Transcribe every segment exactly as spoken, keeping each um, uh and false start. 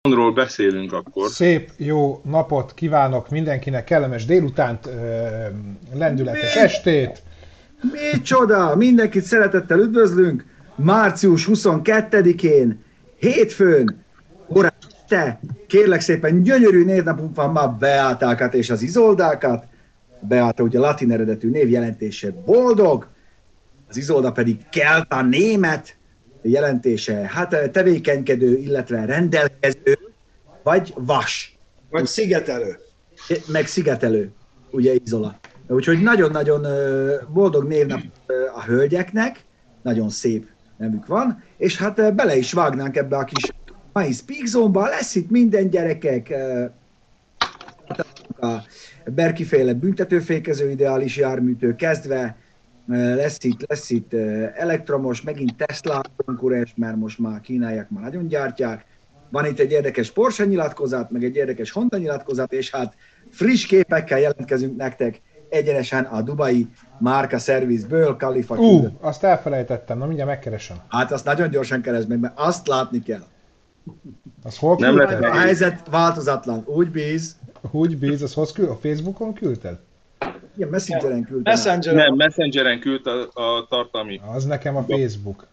Ról beszélünk akkor. Szép, jó napot kívánok mindenkinek, kellemes délutánt, lendületes estét. Micsoda! Mindenkit szeretettel üdvözlünk! március huszonkettedikén, hétfőn, órán este, kérlek szépen, gyönyörű névnapunk van már Beátákat és az Izoldákat. Beáta ugye latin eredetű név jelentése boldog, az Izolda pedig kelta német jelentése, hát tevékenykedő, illetve rendelkező, vagy vas. Vagy szigetelő. Meg szigetelő, ugye Izola. Úgyhogy nagyon-nagyon boldog névnap a hölgyeknek, nagyon szép nemük van, és hát bele is vágnánk ebbe a kis mai Speak Zone-ba, lesz itt minden gyerekek, a Berki-féle büntetőfékező ideális járműtől kezdve, lesz itt, lesz itt elektromos, megint Tesla konkurens, mert most már kínaiak már nagyon gyártják, van itt egy érdekes Porsche nyilatkozat, meg egy érdekes Honda nyilatkozat, és hát friss képekkel jelentkezünk nektek egyenesen a Dubai Márka Service-ből, Kalifa Ú, uh, azt elfelejtettem, na mindjárt megkeresem. Hát azt nagyon gyorsan keresd meg, mert azt látni kell. Az hol Nem küldted? A helyzet változatlan, úgy bíz. Úgy bíz, az hoz küld? A Facebookon küldted? Igen, Messengeren küldtem. Messenger. Nem, Messengeren küld a, a tartalmi. Az nekem a Facebook.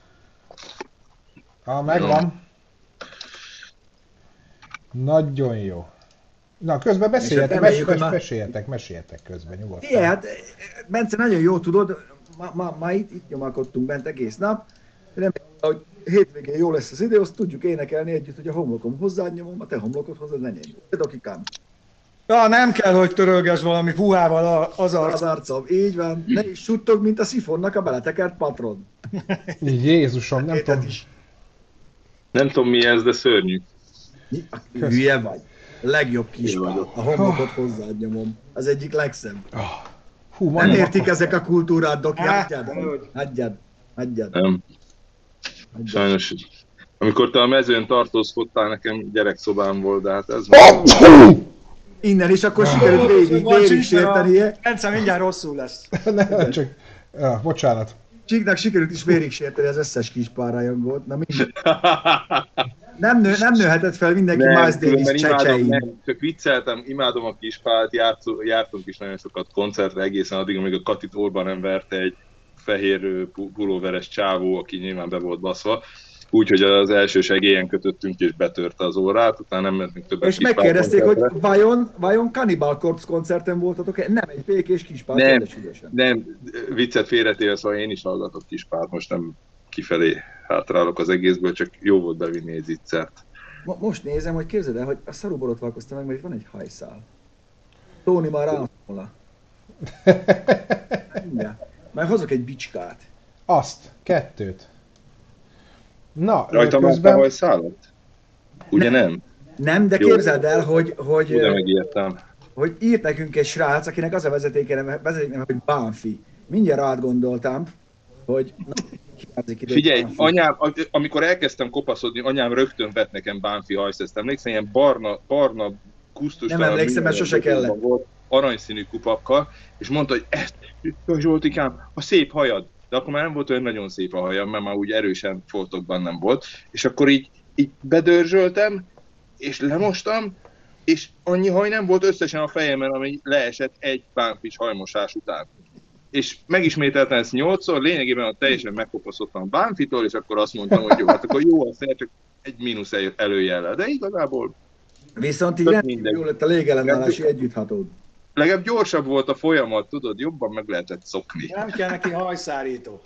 Ah, megvan. Nagyon jó. Na, közben beszéljetek, mes, mes, már... meséljetek, meséljetek közben, nyugodtan. Igen, hát Bence, nagyon jó tudod, ma, ma, ma itt, itt nyomalkodtunk bent egész nap, reméljük, hogy hétvégén jó lesz az idő, azt tudjuk énekelni együtt, hogy a homlokom hozzád nyomom, a te homlokod hozzád ne nyomom. Dokikám. Ja, nem kell, hogy törölgesd valami puhával az arc. Az arcom, így van. Ne is suttog, mint a szifonnak a beletekert patron. Jézusom, nem tudom. Is. Nem tudom mi ez, de szörnyű. Hülye vagy. Legjobb kispál. A homlokot hozzád nyomom. Az egyik legszebb. Hú, nem értik ezek a kultúrát, Doki. Á, Hagyjad, hagyjad, hagyjad. Nem. Sajnos. Amikor te a mezőn tartózkodtál, nekem gyerekszobám volt, de hát ez van. Innen is akkor sikerült végig, végig sértenie. Bence mindjárt rosszul lesz. Nem, csak... Ja, bocsánat. Csíknak sikerült is végig sérteni az összes kispár rajongót. Na mindegy. Nem, nő, nem nőhetett fel mindenki Miles Davis csecsein. Csak vicceltem, imádom a Kispált, játszó, jártunk is nagyon sokat koncertre egészen addig, amíg a Katit orban nem verte egy fehér pulóveres csávó, aki nyilván be volt baszva. Úgyhogy az első segélyen kötöttünk és betörte az órát, utána nem mentünk többet. És megkérdezték, hogy vajon, vajon Cannibal Corpse koncerten voltatok-e? Nem egy békés Kispál, nem, nem, viccet félretéve, szóval én is hallgatok Kispált, most nem kifelé hátrálok az egészből, csak jó volt bevinni egy zicsert. Mo- most nézem, hogy képzeld el, hogy a szarú borotválkoztam meg, mert itt van egy hajszál. Tóni már rám volna. Már hozok egy bicskát. Azt, kettőt. Na, rajta közben... a hajszálat? Ugye nem? Nem, nem de jó. Képzeld el, hogy, hogy, Ugye megértem. hogy írt nekünk egy srác, akinek az a vezetéke, vezetéke hogy Bánfi. Mindjárt átgondoltam, hogy... Na, figyelj, anyám, amikor elkezdtem kopaszodni, anyám rögtön vett nekem Bánfi hajszeszt. Emlékszem, ilyen barna, barna, kusztustalan... Nem emlékszem, mert sose kellett. Volt, aranyszínű kupakkal, és mondta, hogy ezt, Zsoltikám, a szép hajad. De akkor már nem volt olyan nagyon szép a hajam, mert már úgy erősen foltokban nem volt. És akkor így, így bedörzsöltem, és lemostam, és annyi haj nem volt összesen a fejemben, ami leesett egy Bánfis hajmosás után. És megismételtem ezt nyolcszor, lényegében a teljesen megkopaszodtam a Bánfitól, és akkor azt mondtam, hogy jó, hát akkor jó a szer, csak egy mínusz előjellel. De igazából... Viszont így nem jó lett a légellenállási együtthatód. Legalább gyorsabb volt a folyamat, tudod, jobban meg lehetett szokni. Nem kell neki hajszárító.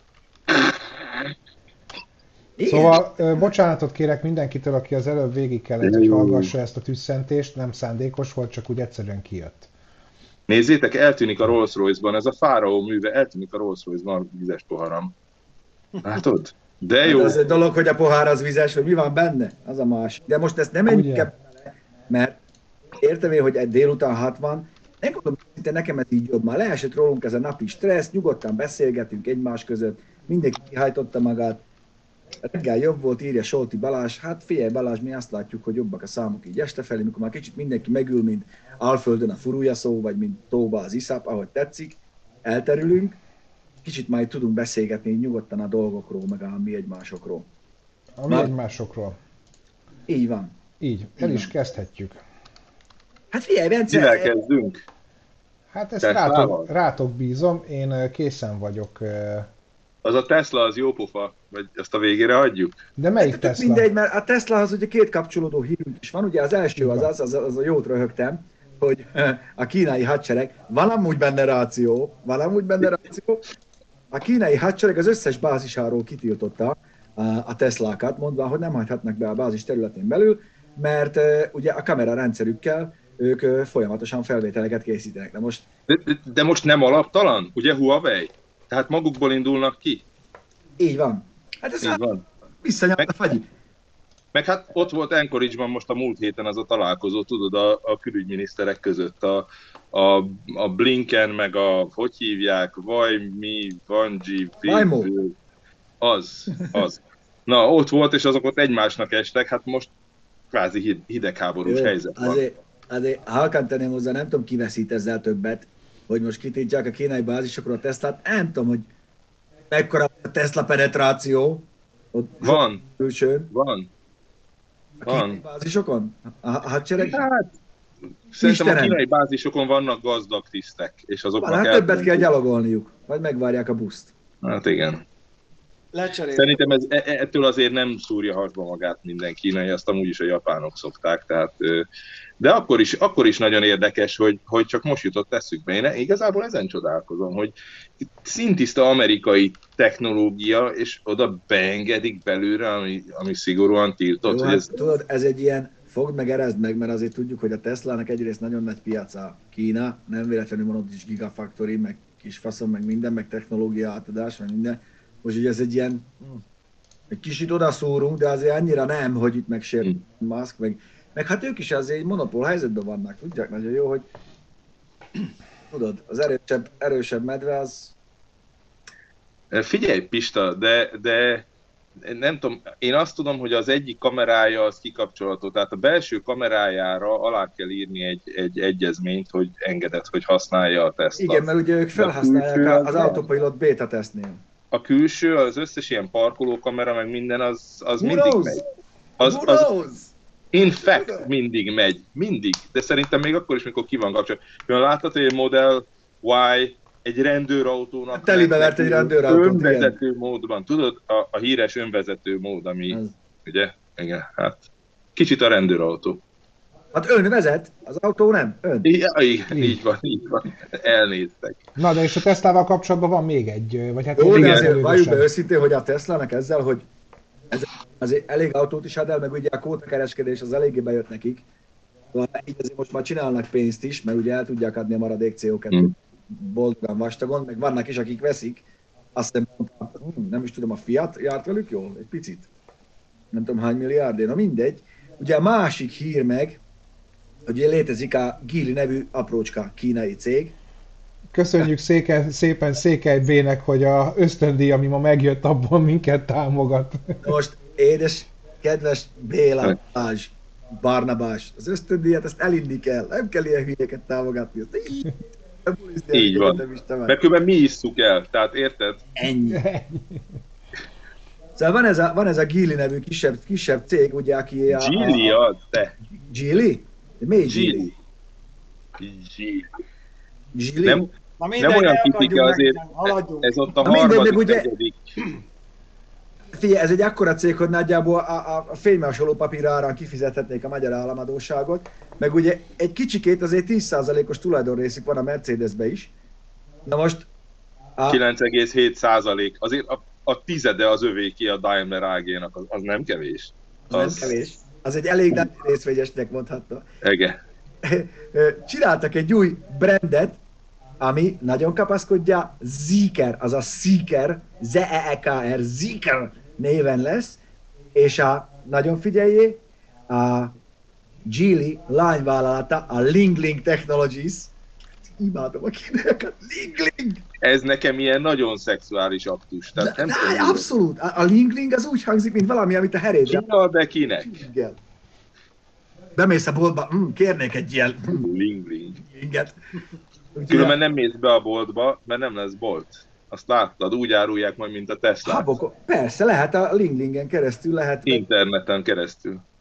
Szóval bocsánatot kérek mindenkitől, aki az előbb végig kellett, hogy hallgassa ezt a tüsszentést, nem szándékos volt, csak úgy egyszerűen kijött. Nézzétek, eltűnik a Rolls-Royce-ban, ez a Fáraó műve, eltűnik a Rolls-Royce-ban a vizes poharam. Látod? De jó. Hát az egy dolog, hogy a pohár az vizes, hogy mi van benne, az a más. De most ezt nem menjünk el, mert értem én, hogy egy délután hat van, nem gondolom, hogy nekem ez így jobb. Már leesett rólunk ez a napi stressz, nyugodtan beszélgetünk egymás között, mindenki kihajtotta magát. Reggel jobb volt, írja Solti Balázs. Hát figyelj Balázs, mi azt látjuk, hogy jobbak a számok így este felé, mikor már kicsit mindenki megül, mint Alföldön a furúja szó, vagy mint tóba az iszap, ahogy tetszik, elterülünk. Kicsit majd tudunk beszélgetni nyugodtan a dolgokról, meg a mi egymásokról. A mi egymásokról. Így van. Így, el is kezdhetjük. Hát figyelj, Bence! Mivel kezdünk? Hát ezt rátok, rátok bízom, én készen vagyok. Az a Tesla, az jó pofa, vagy ezt a végére hagyjuk? De melyik Tesla? Mindegy, mert a Teslahoz ugye két kapcsolódó hírünk is van. Ugye az első az az, az, az a jót röhögtem, hogy a kínai hadsereg, van amúgy benne ráció, van amúgy benne ráció, a kínai hadsereg az összes bázisáról kitiltotta a Teslákat, mondva, hogy nem hagyhatnak be a bázis területén belül, mert ugye a kamerarendszerükkel ők folyamatosan felvételeket készítenek. De most... De, de, de most nem alaptalan? Ugye Huawei? Tehát magukból indulnak ki? Így van. Hát ez van. Visszanyalt a fagyi. Meg hát ott volt Anchorage-ban most a múlt héten az a találkozó, tudod, a, a külügyminiszterek között, a, a, a Blinken, meg a, hogy hívják, Vaj, mi, Vanji, az, az. Na, ott volt, és azok ott egymásnak estek, hát most kvázi hidegháborús Jó, helyzet van. Azért, azért halkan tenném hozzá, nem tudom, ki veszít ezzel többet, hogy most kitiltják a kínai bázisokról a Teslát, nem tudom, hogy mekkora a Tesla penetráció. Ott van, külsőn. van. A kínai bázisokon? A hadsereg? Hát, szerintem a kínai bázisokon vannak gazdag tisztek, és azoknak hát többet kell gyalogolniuk, vagy megvárják a buszt. Hát igen. Lecserél. Szerintem ez, ettől azért nem szúrja hasba magát minden kínai, azt amúgy is a japánok szokták, tehát, de akkor is, akkor is nagyon érdekes, hogy, hogy csak most jutott eszükbe. Én igazából ezen csodálkozom, hogy szintiszta amerikai technológia, és oda beengedik belőle, ami, ami szigorúan tiltott. Jó, hogy ez... hát, tudod, ez egy ilyen, fogd meg, erezd meg, mert azért tudjuk, hogy a Teslának egyrészt nagyon nagy piaca Kína, nem véletlenül van ott is Gigafactory, meg kis faszom, meg minden, meg technológia átadás, meg minden. Most ugye ez egy ilyen, egy kicsit odaszúrunk, de azért annyira nem, hogy itt megsért mm. Musk, meg, meg hát ők is azért egy monopól helyzetben vannak, tudják nagyon jó, hogy tudod, az erősebb, erősebb medve az... Figyelj Pista, de, de nem tudom, én azt tudom, hogy az egyik kamerája az kikapcsolható, tehát a belső kamerájára alá kell írni egy, egy egyezményt, hogy engedett, hogy használja a Tesla. Igen, mert ugye ők felhasználják az, az Autopilot beta tesztnél. A külső, az összes ilyen parkolókamera, meg minden, az, az mindig knows? megy. Az, az, in fact, mindig megy. Mindig. De szerintem még akkor is, mikor ki van kapcsolatban. Jön láttad, hogy egy Model Y egy rendőrautónak... Telibe vert egy rendőrautót, önvezető igen. módban. Tudod, a, a híres önvezető mód, ami... Ez. Ugye? Igen, hát... Kicsit a rendőrautó. Hát ön vezet, az autó nem, ön. Ja, igen, így. így van, így van. Elnéztek. Na, de és a Teslával kapcsolatban van még egy, vagy hát... Jó, de azért valljuk be őszintén, hogy a Teslának ezzel, hogy ez azért elég autót is ad el, meg ugye a kótakereskedés az eléggé bejött nekik. Így azért most már csinálnak pénzt is, mert ugye el tudják adni a maradék cé o kettőt hmm. boldogan vastagon, meg vannak is, akik veszik. Azt nem, hm, nem is tudom, a Fiat járt velük jól? Egy picit. Nem tudom hány milliárdé, na mindegy. Ugye a másik hír meg, hogy létezik a Geely nevű aprócska kínai cég. Köszönjük széke, szépen Székely B-nek, hogy a ösztöndíj, ami ma megjött, abból minket támogat. Most édes, kedves Béla, Balázs, Barnabás, az ösztöndíjat ezt elinni kell, nem kell ilyen hülyéket támogatni. Így, így van, mert különben mi isszuk el, tehát érted? Ennyi. Szóval van ez a, van ez a Geely nevű kisebb, kisebb cég, ugye, aki... A, Geely az, te. Geely? De miért Geely? Geely. Geely. Nem, nem olyan kicike azért, ez ott a harmadik, negyedik. Figyelj, ez egy akkora cég, hogy nagyjából a, a, a fénymásoló papír árán kifizethetnék a magyar államadósságot, meg ugye egy kicsikét azért tíz százalékos tulajdonrészük van a Mercedesbe is. Na most... A... kilenc egész hét százalék. Azért a, a tizede az övéki a Daimler á gé-nak, az, az nem kevés. Az, az nem kevés. Az egy elég nagy részvegyesnek mondható. Ege. Csináltak egy új brandet, ami nagyon kapaszkodja, Zeekr, azaz Seeker, Z E E K R, Zeekr néven lesz, és a, nagyon figyeljé, a Geely lányvállalata, a Lingling Technologies, imádom a kínaiakat, Lingling! Ez nekem ilyen nagyon szexuális aktus. Tehát de, nem de, de abszolút, a, a Lingling az úgy hangzik, mint valami, amit a herédre... Ja, de kinek? Igen. Bemész a boltba, mm, kérnék egy ilyen... Mm, Lingling. Linget. Különben nem mész be a boltba, mert nem lesz bolt. Azt láttad, úgy árulják majd, mint a Tesla. Habok, persze, lehet a Linglingen keresztül lehet. Interneten keresztül.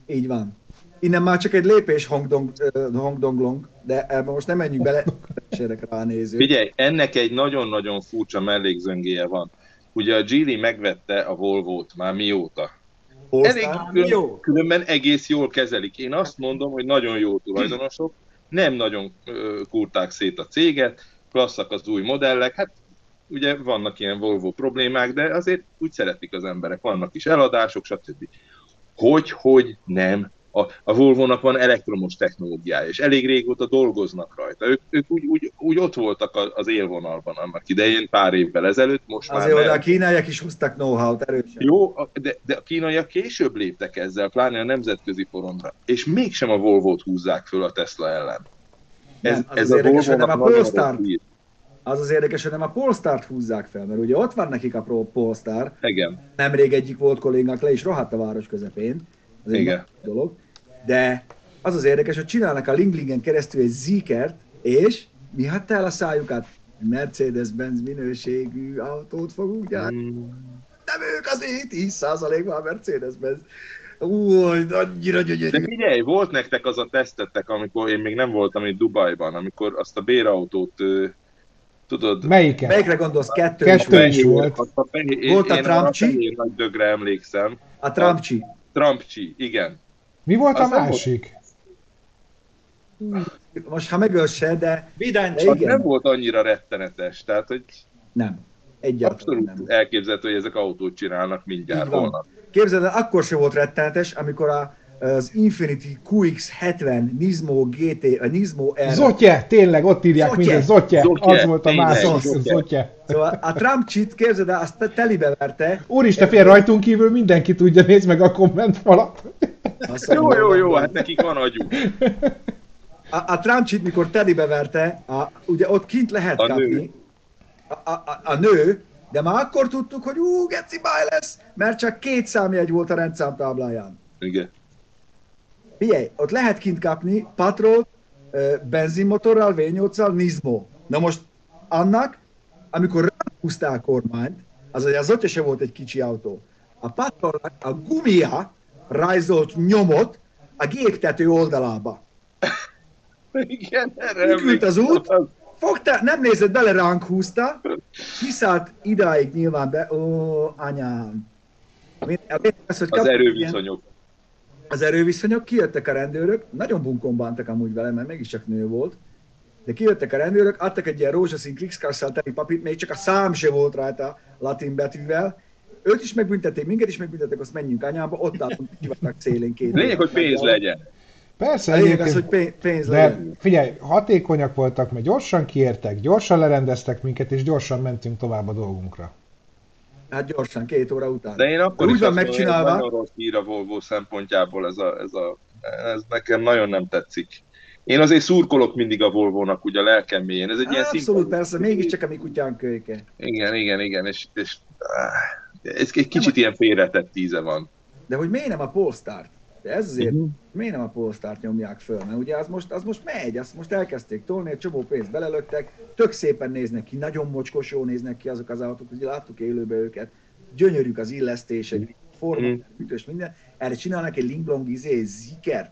Így van. Innen már csak egy lépés hongdong, uh, hongdonglong, de ebben most nem menjünk bele, sérek rá a nézőt. Figyelj, ennek egy nagyon-nagyon furcsa mellékzöngéje van. Ugye a Geely megvette a Volvót már mióta. Elég külön, különben egész jól kezelik. Én azt mondom, hogy nagyon jó tulajdonosok, nem nagyon uh, kurták szét a céget, klasszak az új modellek, hát ugye vannak ilyen Volvo problémák, de azért úgy szeretik az emberek, vannak is eladások, stb. Hogy, hogy nem. A, a Volvo-nak van elektromos technológiája, és elég régóta dolgoznak rajta. Ők, ők úgy, úgy, úgy ott voltak az élvonalban annak idején, pár évvel ezelőtt, most azért már nem. A kínaiak is hoztak know-how-t erősen. Jó, de, de a kínaiak később léptek ezzel, pláne a nemzetközi porondra, és mégsem a Volvo-t húzzák föl a Tesla ellen. Ez, nem, az ez az a érdekes, hogy nem a Polestar. Az az érdekes, hogy nem a Polestart húzzák fel, mert ugye ott van nekik a Polestar. Igen. Nemrég egyik volt kollégának le is rohadt a város közepén. Ez egy igen. dolog. De az az érdekes, hogy csinálnak a Linglingen keresztül egy Zeekert, és mi hagyta el a szájukat? Mercedes-Benz minőségű autót fogunk gyártani. Mm. Nem ők azért, tíz százalékban a Mercedes-Benz. Új, annyira gyönyörű. De figyelj, volt nektek az a tesztettek, amikor én még nem voltam itt Dubajban, amikor azt a bérautót, tudod... Melyiket? Melyikre gondolsz? Kettő, Kettő is, is volt. A fehér, volt a Trumpcsi? Én a nagy dögre emlékszem. A Trumpcsi. Trumpcsi, igen. Mi volt az a másik? Volt... Most ha megölse, de... Vidáncsik. De nem volt annyira rettenetes, tehát hogy... Nem. Egyáltalán abszolút nem. Elképzelhető, hogy ezek autót csinálnak mindjárt holnap. Képzeld el, akkor se volt rettenetes, amikor a, az Infiniti Q X hetven Nismo gé té, a Nismo R... Zotye, tényleg, ott írják Zotye. minden, Zotye, Zotye. az volt a másik, Zotye. Szóval a Trumpcsit, képzeld el, azt telibe verte. Úristen, fél rajtunk kívül mindenki tudja, nézd meg a kommentfalat. Jó, jó, jó, hát nekik van agyuk. A, a Trumpcsit, mikor telibe verte, a, ugye ott kint lehet a kapni. Nő. A, a, a nő, de már akkor tudtuk, hogy ú, geci baj lesz, mert csak két számjegy volt a rendszámtábláján. Igen. Figyelj, ott lehet kint kapni Patrol, benzinmotorral, vé nyolccal, Nismo. Na most annak, amikor ráhúzták a kormányt, az ugye az Zotye se volt egy kicsi autó. A Patrolnak a gumia rajzolt nyomot a géptető oldalába. Igen, erre Ült az út, fogta, nem nézett bele, ránk húzta, kiszállt idáig nyilván be, ó, anyám. Az, hogy az erőviszonyok. Ilyen, az erőviszonyok, kijöttek a rendőrök, nagyon bunkon bántak amúgy vele, mert mégiscsak nő volt, de kijöttek a rendőrök, adtak egy ilyen rózsaszín krikszkasszal teli papírt, még csak a szám se volt rajta latin betűvel, őt is megbüntették, minket is megbüntettek, azt menjünk anyába, ott álltunk, kivattak szélén két. Lényeg, hogy pénz legyen. Persze, egyébként, az, hogy pénz de legyen. Figyelj, hatékonyak voltak, mert gyorsan kiértek, gyorsan lerendeztek minket, és gyorsan mentünk tovább a dolgunkra. Hát gyorsan, két óra után. De én akkor úgy is van azt megcsinálva. Mondom, nagyon rossz hír a Volvo szempontjából, ez, a, ez, a, ez nekem nagyon nem tetszik. Én azért szurkolok mindig a Volvo-nak, ugye a lelkem mélyén. Ez egy ilyen abszolút, szimpatikus... persze, mégiscsak a mi kutyánk kölyke. Igen, igen, igen, és, és ez egy kicsit nem, ilyen félretett tíze van. De hogy miért nem a Polestart? De ez azért, uh-huh. miért nem a Polestart nyomják föl? Mert ugye az most, az most megy, azt most elkezdték tolni, egy csomó pénzt belelöktek, tök szépen néznek ki, nagyon mocskos jól néznek ki azok az autók, ugye láttuk élőbe őket, gyönyörűk az illesztés, egy forma, uh-huh. ütős minden, erre csinálnak egy Linglong izé, Zeekert.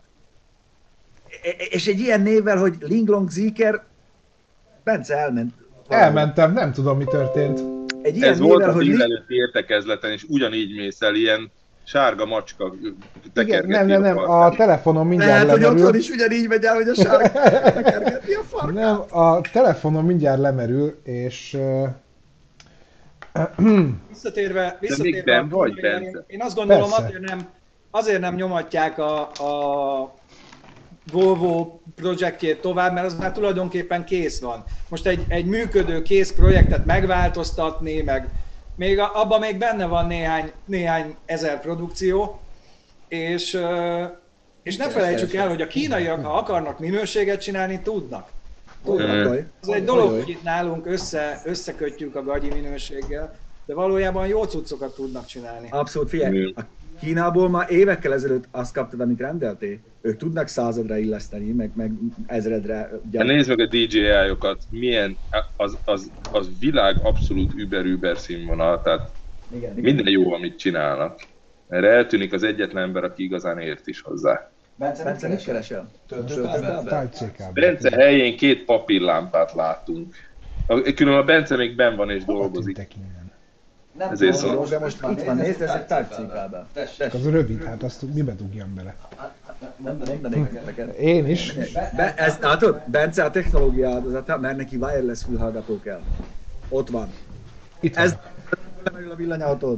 És egy ilyen névvel, hogy Linglong Zeeker, Bence elment. Elmentem, nem tudom, mi történt. Egy ilyen ez névvel, volt a hogy délelőtti értekezleten, és ugyanígy mész el, ilyen sárga macska tekergeti. Igen, nem, nem, nem, a telefonon mindjárt lehet, lemerül. hogy otthon is ugyanígy megy el, hogy a sárga tekergeti a farkát. Nem, a telefonon mindjárt lemerül, és... Uh, visszatérve, visszatérve a vagy, én, én azt gondolom, Persze. azért nem, azért nem nyomatják a, a Volvo projektjét tovább, mert az már tulajdonképpen kész van. Most egy, egy működő kész projektet megváltoztatni, meg még a, abban még benne van néhány, néhány ezer produkció, és, és ne felejtsük el, hogy a kínaiak, ha akarnak minőséget csinálni, tudnak. tudnak. Ez egy dolog, hogy itt nálunk össze, összekötjük a gagyi minőséggel, de valójában jó cuccokat tudnak csinálni. Abszolút, figyelj, a Kínából már évekkel ezelőtt azt kaptad, amit rendeltél. Ők tudnak századra illeszteni, meg, meg ezredre. De nézd meg a dé jé i-okat, milyen, az, az, az világ abszolút über-über színvonal, tehát igen, minden igen. Jó, amit csinálnak. Erre eltűnik az egyetlen ember, aki igazán ért is hozzá. Bence, Bence mit keresel? Bence helyén két papírlámpát látunk. Különben a Bence még benn van és dolgozik. Nem Ezért tudom, de most itt van, nézd, ez egy Type-C kábel. Az rövid, hát azt mibe dugjam bele? Mondanék neked. Én is. Be, ez, látod, Bence a technológia áldozata, mert neki wireless fülhallgató kell. Ott van. Itt ez lemerül a villanyautód.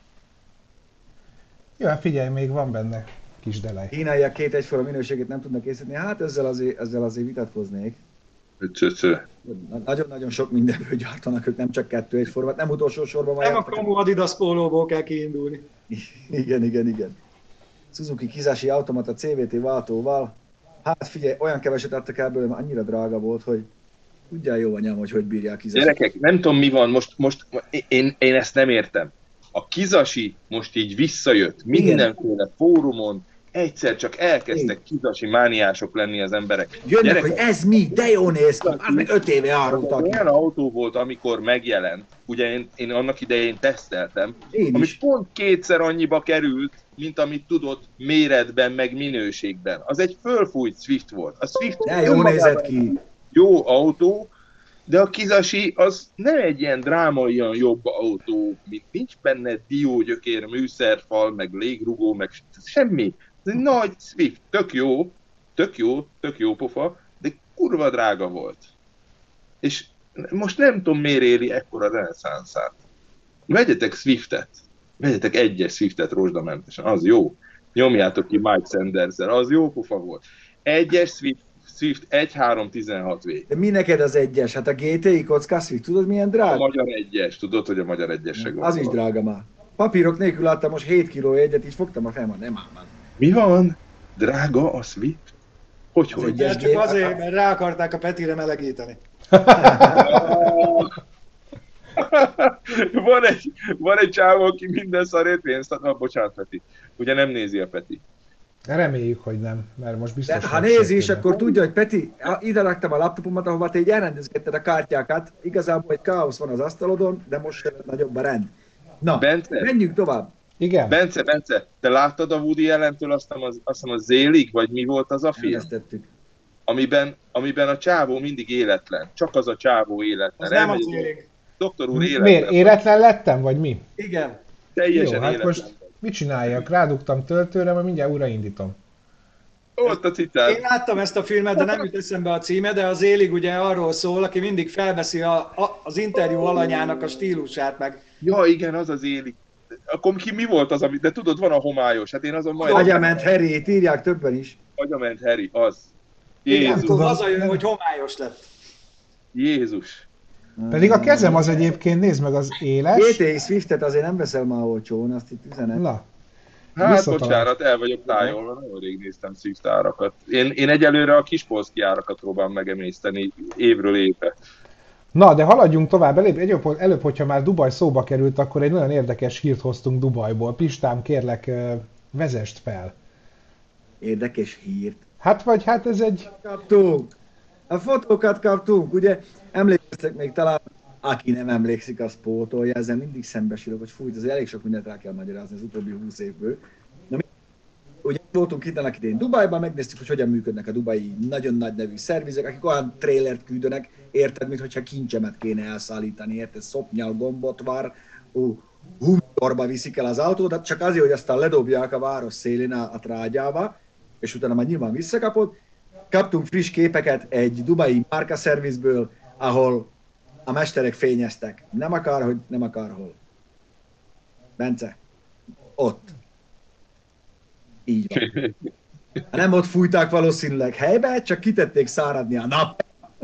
Jó, hát figyelj, még van benne kis delej. Kínaiak két egyforma minőségét nem tudnak készíteni, hát ezzel azért, ezzel azért vitatkoznék. Csöcsö. Nagyon-nagyon sok mindenből gyártanak, ők nem csak kettő egyformát, nem utolsó sorban van. Nem a kamu Adidas pólóból kell kiindulni. Igen, igen, igen. Suzuki Kizashi automata cé vé té váltóval. Hát figyelj, olyan keveset adtak el belőle, annyira drága volt, hogy tudjál jó anyám, hogy hogy bírják Kizashi. Gyerekek, nem tudom mi van, most, most én, én ezt nem értem. A Kizashi most így visszajött mindenféle fórumon, egyszer csak elkezdtek Kizashi mániások lenni az emberek. Jönnek, Gyerekek, hogy ez mi, de jó néz ki, az meg öt éve árultak. Olyan autó volt, amikor megjelent, ugye én, én annak idején teszteltem, én ami is. pont kétszer annyiba került, mint amit tudott méretben, meg minőségben. Az egy fölfújt Swift volt. A Swift de jó nézett ki. Jó autó, de a Kizashi az nem egy ilyen drámaian jobb autó, mint nincs benne diógyökér, műszerfal, meg légrugó, meg semmi. Ez egy nagy Swift, tök jó, tök jó, tök jó pofa, de kurva drága volt. És most nem tudom, miért éli ekkora reneszánszát. Vegyetek Swiftet, vegyetek egyes Swiftet rozsdamentesen, az jó. Nyomjátok ki Mike Sanders-el, az jó pofa volt. Egyes Swift, Swift egy három tizenhat vé. De mi neked az egyes? Hát a gé té i kocka Swift, tudod milyen drága? A magyar egyes, tudod, hogy a magyar egyesre Az is drága már. Papírok nélkül láttam most hét kiló egyet, így fogtam a fejemben, nem ám. Mi van? Drága a Swift? Hogy, Az hogy? egyes Csak azért, mert rá akarták a Petire melegíteni. van, egy, van egy csávó, aki minden szarét pénzt ad. Na, bocsánat, Peti. Ugye nem nézi a Peti. Reméljük, hogy nem, mert most biztos... De ha nézi is, akkor tudja, hogy Peti, ide raktam a laptopomat, ahova te így elrendezgetted a kártyákat. Igazából egy káosz van az asztalodon, de most sem nagyobb a rend. Na, Bence, menjünk tovább. Igen. Bence, Bence, te láttad a Woody Allentől azt az, azt az Zélig, vagy mi volt az a film? Ezt tettük. Amiben, amiben a csávó mindig életlen. Csak az a csávó életlen. Az nem a Elmegy, Zélig. Doktor úr életlen. Miért? Életlen lettem, vagy mi? Igen. Teljesen Jó, hát életlen. most mit csináljak? Rádugtam töltőre, majd mindjárt újraindítom. Ott a cicád. Én láttam ezt a filmet, de nem jut eszembe a címe, de az Élig ugye arról szól, aki mindig felveszi a, a, az interjú alanyának a stílusát meg. Ja, igen, az az Élig. Akkor ki mi volt az, amit, de tudod, van a homályos, hát én azon majd... Agyament Harry, írják többen is. Agyament Harry, az. Igen, Jézus. akkor hazajön, hogy homályos lett. Jézus. Pedig a kezem az egyébként, nézd meg, az éles. gé té i Swiftet azért nem veszel már olcsón, azt itt üzenet. Na. Hát Visszatalál. bocsánat, el vagyok tájolva, nagyon rég néztem Swift árakat. Én, én egyelőre a kispolszki árakat próbálom megemészteni évről évre. Na, de haladjunk tovább. Előbb, előbb, előbb, hogyha már Dubaj szóba került, akkor egy nagyon érdekes hírt hoztunk Dubajból. Pistám, kérlek, vezest fel. Érdekes hírt. Hát vagy hát ez egy... Kaptunk. A fotókat kaptunk, ugye? Emlékeztek még talán, aki nem emlékszik, az pótolja, ezzel mindig szembesülök, hogy fújt, azért elég sok mindent el kell magyarázni az utóbbi húsz évből. Na, mi, ugye voltunk itt annak idején Dubajban, megnéztük, hogy hogyan működnek a dubai nagyon nagy nevű szervizek, akik olyan trailert küldenek, érted, mintha kincsemet kéne elszállítani, érted, szopnyal, gombot vár, húzorba viszik el az autót, csak azért, hogy aztán ledobják a város szélén a, a trágyába, és utána már nyilván visszakapod. Kaptunk friss képeket egy dubai márkaszervizből, ahol a mesterek fényeztek. Nem akar, hogy nem akar, hol. Bence, ott. Így van. Nem ott fújták valószínűleg helybe, csak kitették száradni a nap.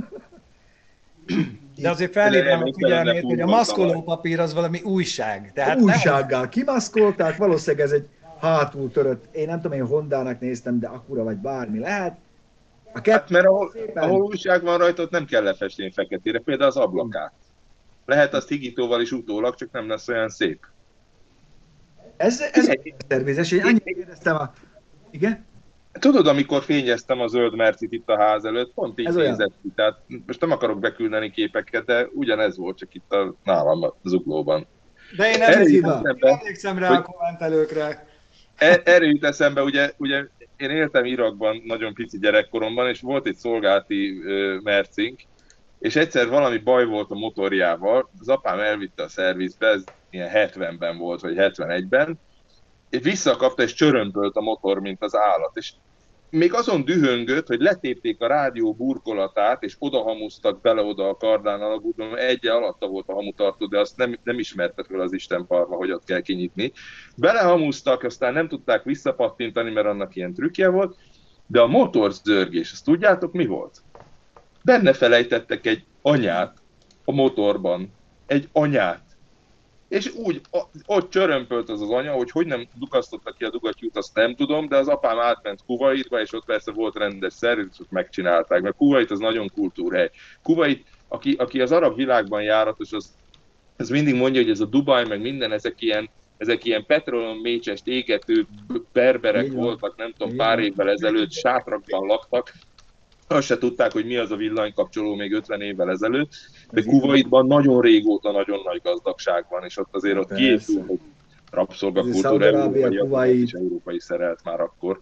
De azért felhívnám a figyelmét, hogy a maszkolópapír az valami újság. Tehát újsággal nem... kimaszkolták, valószínűleg ez egy hátul törött, én nem tudom, én Hondának néztem, de akkora vagy bármi lehet. A kettő, hát, mert ahol, ahol újság van rajta, ott nem kell lefesteni feketére, például az ablakát. Lehet azt higítóval is utólag, csak nem lesz olyan szép. Ez, ez természetes, én annyit kérdeztem a... Igen? Tudod, amikor fényeztem a zöld Mercit itt a ház előtt, pont így nézett ki. Tehát most nem akarok beküldeni képeket, de ugyanez volt, csak itt a, nálam a zuglóban. De én Erre jut nem eszembe, emlékszem rá hogy- a kommentelőkre. E- Erre jut eszembe, ugye, ugye én éltem Irakban nagyon pici gyerekkoromban, és volt egy szolgálati ö, mercink, és egyszer valami baj volt a motorjával, az apám elvitte a szervizbe, ez ilyen hetvenben volt, vagy hetvenegyben, és visszakapta, és csörömpölt a motor, mint az állat. És még azon dühöngött, hogy letépték a rádió burkolatát, és odahamusztak bele oda a kardán alagútban, egy alatta volt a hamutartó, de azt nem, nem ismerte fel az Isten parva, hogy ott kell kinyitni. Belehamusztak, aztán nem tudták visszapattintani, mert annak ilyen trükkje volt, de a motorzörgés, azt tudjátok mi volt? Benne felejtettek egy anyát a motorban. Egy anyát. És úgy, a, ott csörömpölt az az anya, hogy hogy nem dugasztottak ki a dugattyút, azt nem tudom, de az apám átment Kuwaitba, és ott persze volt rendes szerviz, és ott megcsinálták, mert Kuwait az nagyon kultúrhely. Kuwait, aki, aki az arab világban járatos, az, az mindig mondja, hogy ez a Dubaj, meg minden, ezek ilyen, ezek ilyen petrolon mécsest égető berberek voltak, nem tudom, pár évvel ezelőtt sátrakban laktak, azt se tudták, hogy mi az a villanykapcsoló még ötven évvel ezelőtt, de Kuwaitban nagyon régóta nagyon nagy gazdagság van, és ott azért ott kiépült egy rabszolgakultúra, európai, Kuwait és európai szerelt már akkor.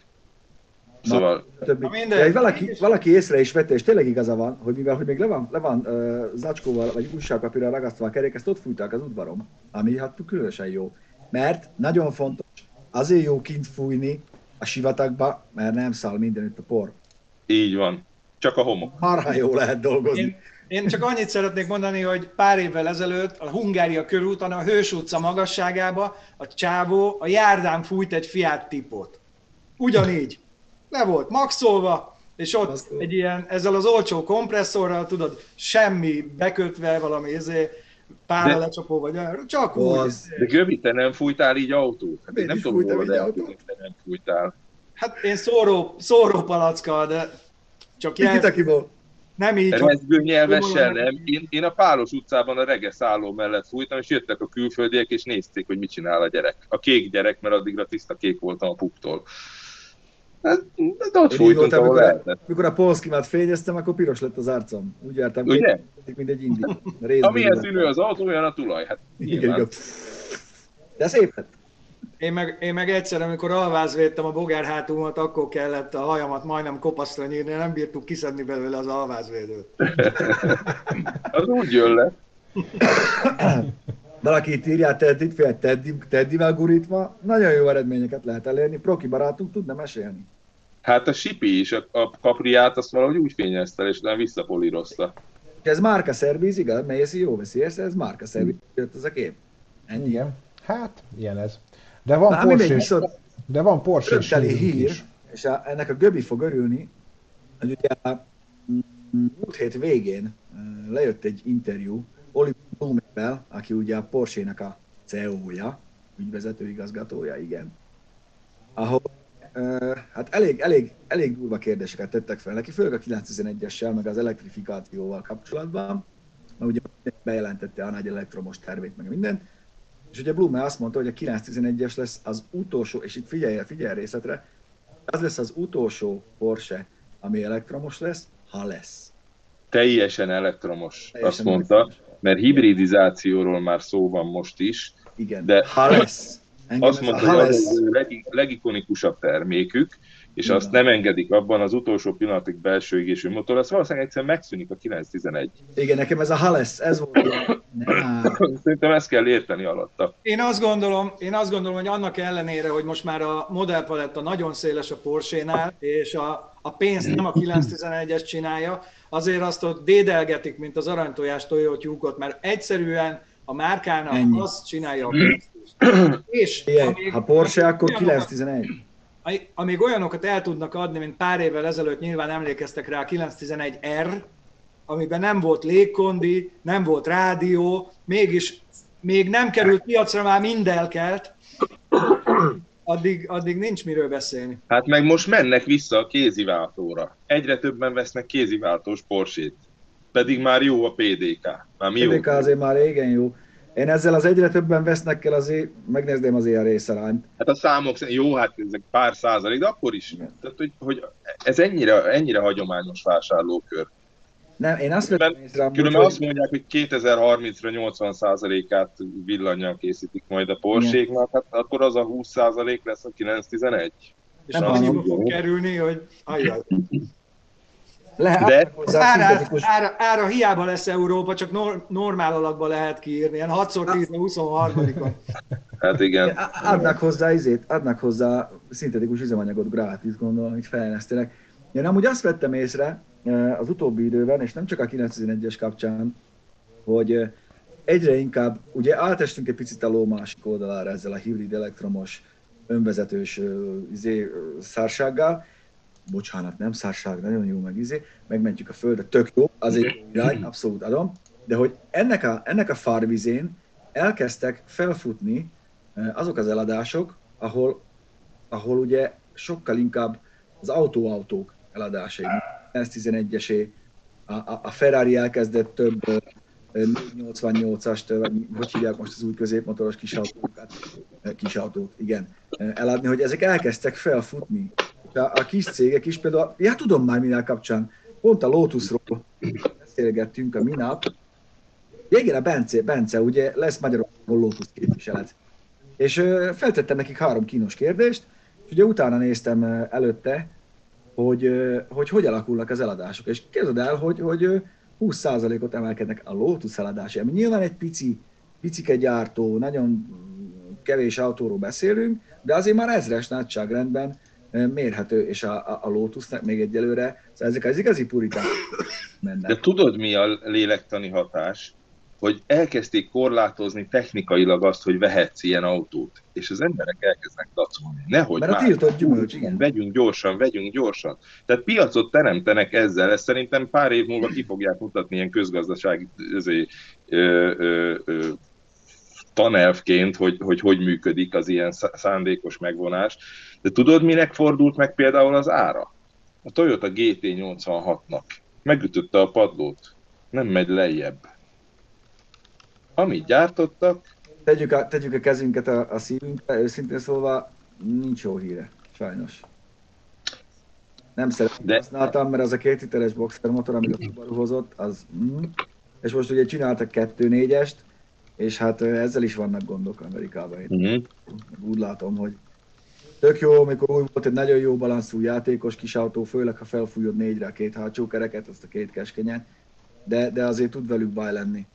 Szóval... Na, de valaki, valaki észre is vette, és tényleg igaza van, hogy mivel hogy még le van, le van uh, zacskóval, vagy újságpapírral ragasztva a kerék, ezt ott fújták az udvarom, ami hát különösen jó. Mert nagyon fontos, azért jó kint fújni a sivatagba, mert nem száll mindenütt a por. Így van. Csak a homok. Marha jó lehet dolgozni. Én, én csak annyit szeretnék mondani, hogy pár évvel ezelőtt a Hungária körúton, a Hős utca magasságába a csávó a járdán fújt egy Fiat Tipot. Ugyanígy. Le volt maxolva, és ott Baszkó. Egy ilyen, ezzel az olcsó kompresszorral, tudod, semmi bekötve, valami ezé, pára lecsapó, vagy csak úgy. De Göbi, te nem fújtál így autót? Hát én nem tudom, hogy te nem fújtál. Hát én szóró, szóró palackkal, de csak jel... Nem így. Rezgőnyelvessel nem. Én, én a Pálos utcában a Regeszálló mellett fújtam, és jöttek a külföldiek, és nézték, hogy mit csinál a gyerek. A kék gyerek, mert addigra tiszta kék voltam a puktól. Hát, de ott fújtunk, ahol mikor, lehetett. Mikor a Polszkimát fényeztem, akkor piros lett az arcom. Úgy jártam, ugye? Mint egy indi. Amilyen színű az autó, olyan a tulaj. Hát, igen, igen. De szép lett. Én meg, én meg egyszer, amikor alvázvédtem a bogárhátumat, akkor kellett a hajamat majdnem kopaszra nyírni, nem bírtuk kiszedni belőle az alvázvédőt. Az úgy jön le. Valaki itt írja Teddit, fél Teddy, Teddyvel gurítva, nagyon jó eredményeket lehet elérni. Proki barátunk tudna mesélni. Hát a Sipi is, a, a Capriát azt valahogy úgy fényezte, és nem visszapolírozta. Ez márka szerviz, igaz? Melyeszi jó veszi észre, ez márka szerviz, jött ez a kép. Ennyi. Igen, hát ilyen ez. De van Porsche-s, de van Porsche-s hír, is. És a, ennek a Göbi fog örülni, hogy ugye múlt hét végén lejött egy interjú Oliver Blume-vel, aki ugye a Porsche-nek a cé e ó-ja, ügyvezető igazgatója, igen. Ahol uh, hát elég, elég, elég durva kérdéseket tettek fel neki, főleg a kilencszáztizenegyessel, meg az elektrifikációval kapcsolatban, mert ugye bejelentette a nagy elektromos tervét, meg mindent. És ugye Blume azt mondta, hogy a kilencszáztizenegyes lesz az utolsó, és itt figyelj, figyelj részletre, az lesz az utolsó Porsche, ami elektromos lesz, ha lesz. Teljesen elektromos, Teljesen azt mondta, elektromos. Mert hibridizációról már szó van most is. Igen, de ha lesz. Engem azt mondta, hogy az a leg, legikonikusabb termékük, és igen. Azt nem engedik abban az utolsó pillanatig belső égésű motor, az valószínűleg egyszerűen megszűnik a kilencszáztizenegy. Igen, nekem ez a ha lesz, ez volt. Szerintem ezt kell érteni alatta. Én azt gondolom, én azt gondolom, hogy annak ellenére, hogy most már a modellpaletta nagyon széles a Porsche-nál, és a, a pénzt nem a kilencszáztizenegyes csinálja, azért azt ott dédelgetik, mint az aranytojás tojótyúkot, mert egyszerűen a márkának ennyi. Azt csinálja a pénzt. És igen, amíg, ha Porsche, akkor kilencszáztizenegy. Amíg olyanokat el tudnak adni, mint pár évvel ezelőtt nyilván emlékeztek rá a kilencszáztizenegy er, amiben nem volt légkondi, nem volt rádió, mégis még nem került piacra, már mindelkelt, addig, addig nincs miről beszélni. Hát meg most mennek vissza a kéziváltóra. Egyre többen vesznek kéziváltós Porsche-t. Pedig már jó a pé dé ká. Már mi pé dé ká jó? Azért már régen jó. Én ezzel az egyre többen vesznek kell azért, megnézném azért a részarányt. Hát a számok, jó, hát ezek pár százalék, de akkor is. Tehát, hogy, hogy ez ennyire, ennyire hagyományos vásárlókör. Nem, én azt vettem észre amúgy, Különben hogy... azt mondják, hogy kétezer-harmincra nyolcvan százalékát villannyal készítik majd a Porsche-knak, hát akkor az a húsz százalék lesz a kilenc tizenegy. És Nem annyiba hallom. fog kerülni, hogy ajjaj. Lehet, De- hozzá Ára, szintetikus... ára, ára hiába lesz Európa, csak nor, normál alakban lehet kiírni, ilyen hatszor tíz a huszonharmadikon. Hát igen. Adnak hozzá izét, adnak hozzá szintetikus üzemanyagot gratis, gondolom, hogy fejlesztenek. Én amúgy azt vettem észre eh, az utóbbi időben, és nem csak a kilencvenegyes kapcsán, hogy eh, egyre inkább, ugye átestünk egy picit a ló másik oldalára ezzel a hibrid elektromos, önvezetős uh, izé, uh, szársággal. Bocsánat, nem szárság, nagyon jó meg izé, megmentjük a földet, tök jó, azért jó irány, abszolút adom, de hogy ennek a, ennek a farvizén elkezdtek felfutni uh, azok az eladások, ahol, ahol ugye sokkal inkább az autó-autók eladásai, kilenc tizenegyesé, a, a, a Ferrari elkezdett több négyszáznyolcvannyolcast, vagy hogy hívják most az új középmotoros kisautókat, kisautót, igen, eladni, hogy ezek elkezdtek felfutni. A, a kis cégek is például, ja tudom már minél kapcsán, pont a Lotusról beszélgettünk a minap, igen, a Bence, Bence, ugye lesz Magyarországon Lotus képviselet. És feltettem nekik három kínos kérdést, és ugye utána néztem előtte, hogy hogy, hogy alakulnak az eladások. És képzeld el, hogy, hogy húsz százalékot emelkednek a Lotus eladásai, ami nyilván egy pici, picike gyártó, nagyon kevés autóról beszélünk, de azért már ezres nagyságrendben mérhető, és a, a, a Lotusnak még egyelőre, szóval ezek az igazi puritánok mennek. De tudod, mi a lélektani hatás? Hogy elkezdték korlátozni technikailag azt, hogy vehetsz ilyen autót, és az emberek elkezdenek dacolni. Nehogy Mert a már. tiltott gyümölcs, igen. Vegyünk gyorsan, vegyünk gyorsan. Tehát piacot teremtenek ezzel, ezt szerintem pár év múlva ki fogják mutatni ilyen közgazdasági özé, ö, ö, ö, tanelvként, hogy, hogy hogy működik az ilyen szándékos megvonás. De tudod, minek fordult meg például az ára? A Toyota gé té nyolcvanhatnak. Megütötte a padlót. Nem megy lejjebb. Amit gyártottak... Tegyük a, tegyük a kezünket a, a szívünkre, őszintén szólva, nincs jó híre, sajnos. Nem szeretem, De... használtam, mert az a két literes boxer motor, amit a Subaru hozott, az... Mm. És most ugye csináltak kettő négyest, és hát ezzel is vannak gondok Amerikában. Én uh-huh. úgy látom, hogy tök jó, amikor úgy volt egy nagyon jó balanszú játékos kis autó, főleg ha felfújod négyre a két hátsó kereket, azt a két keskenyet, de, de azért tud velük baj lenni.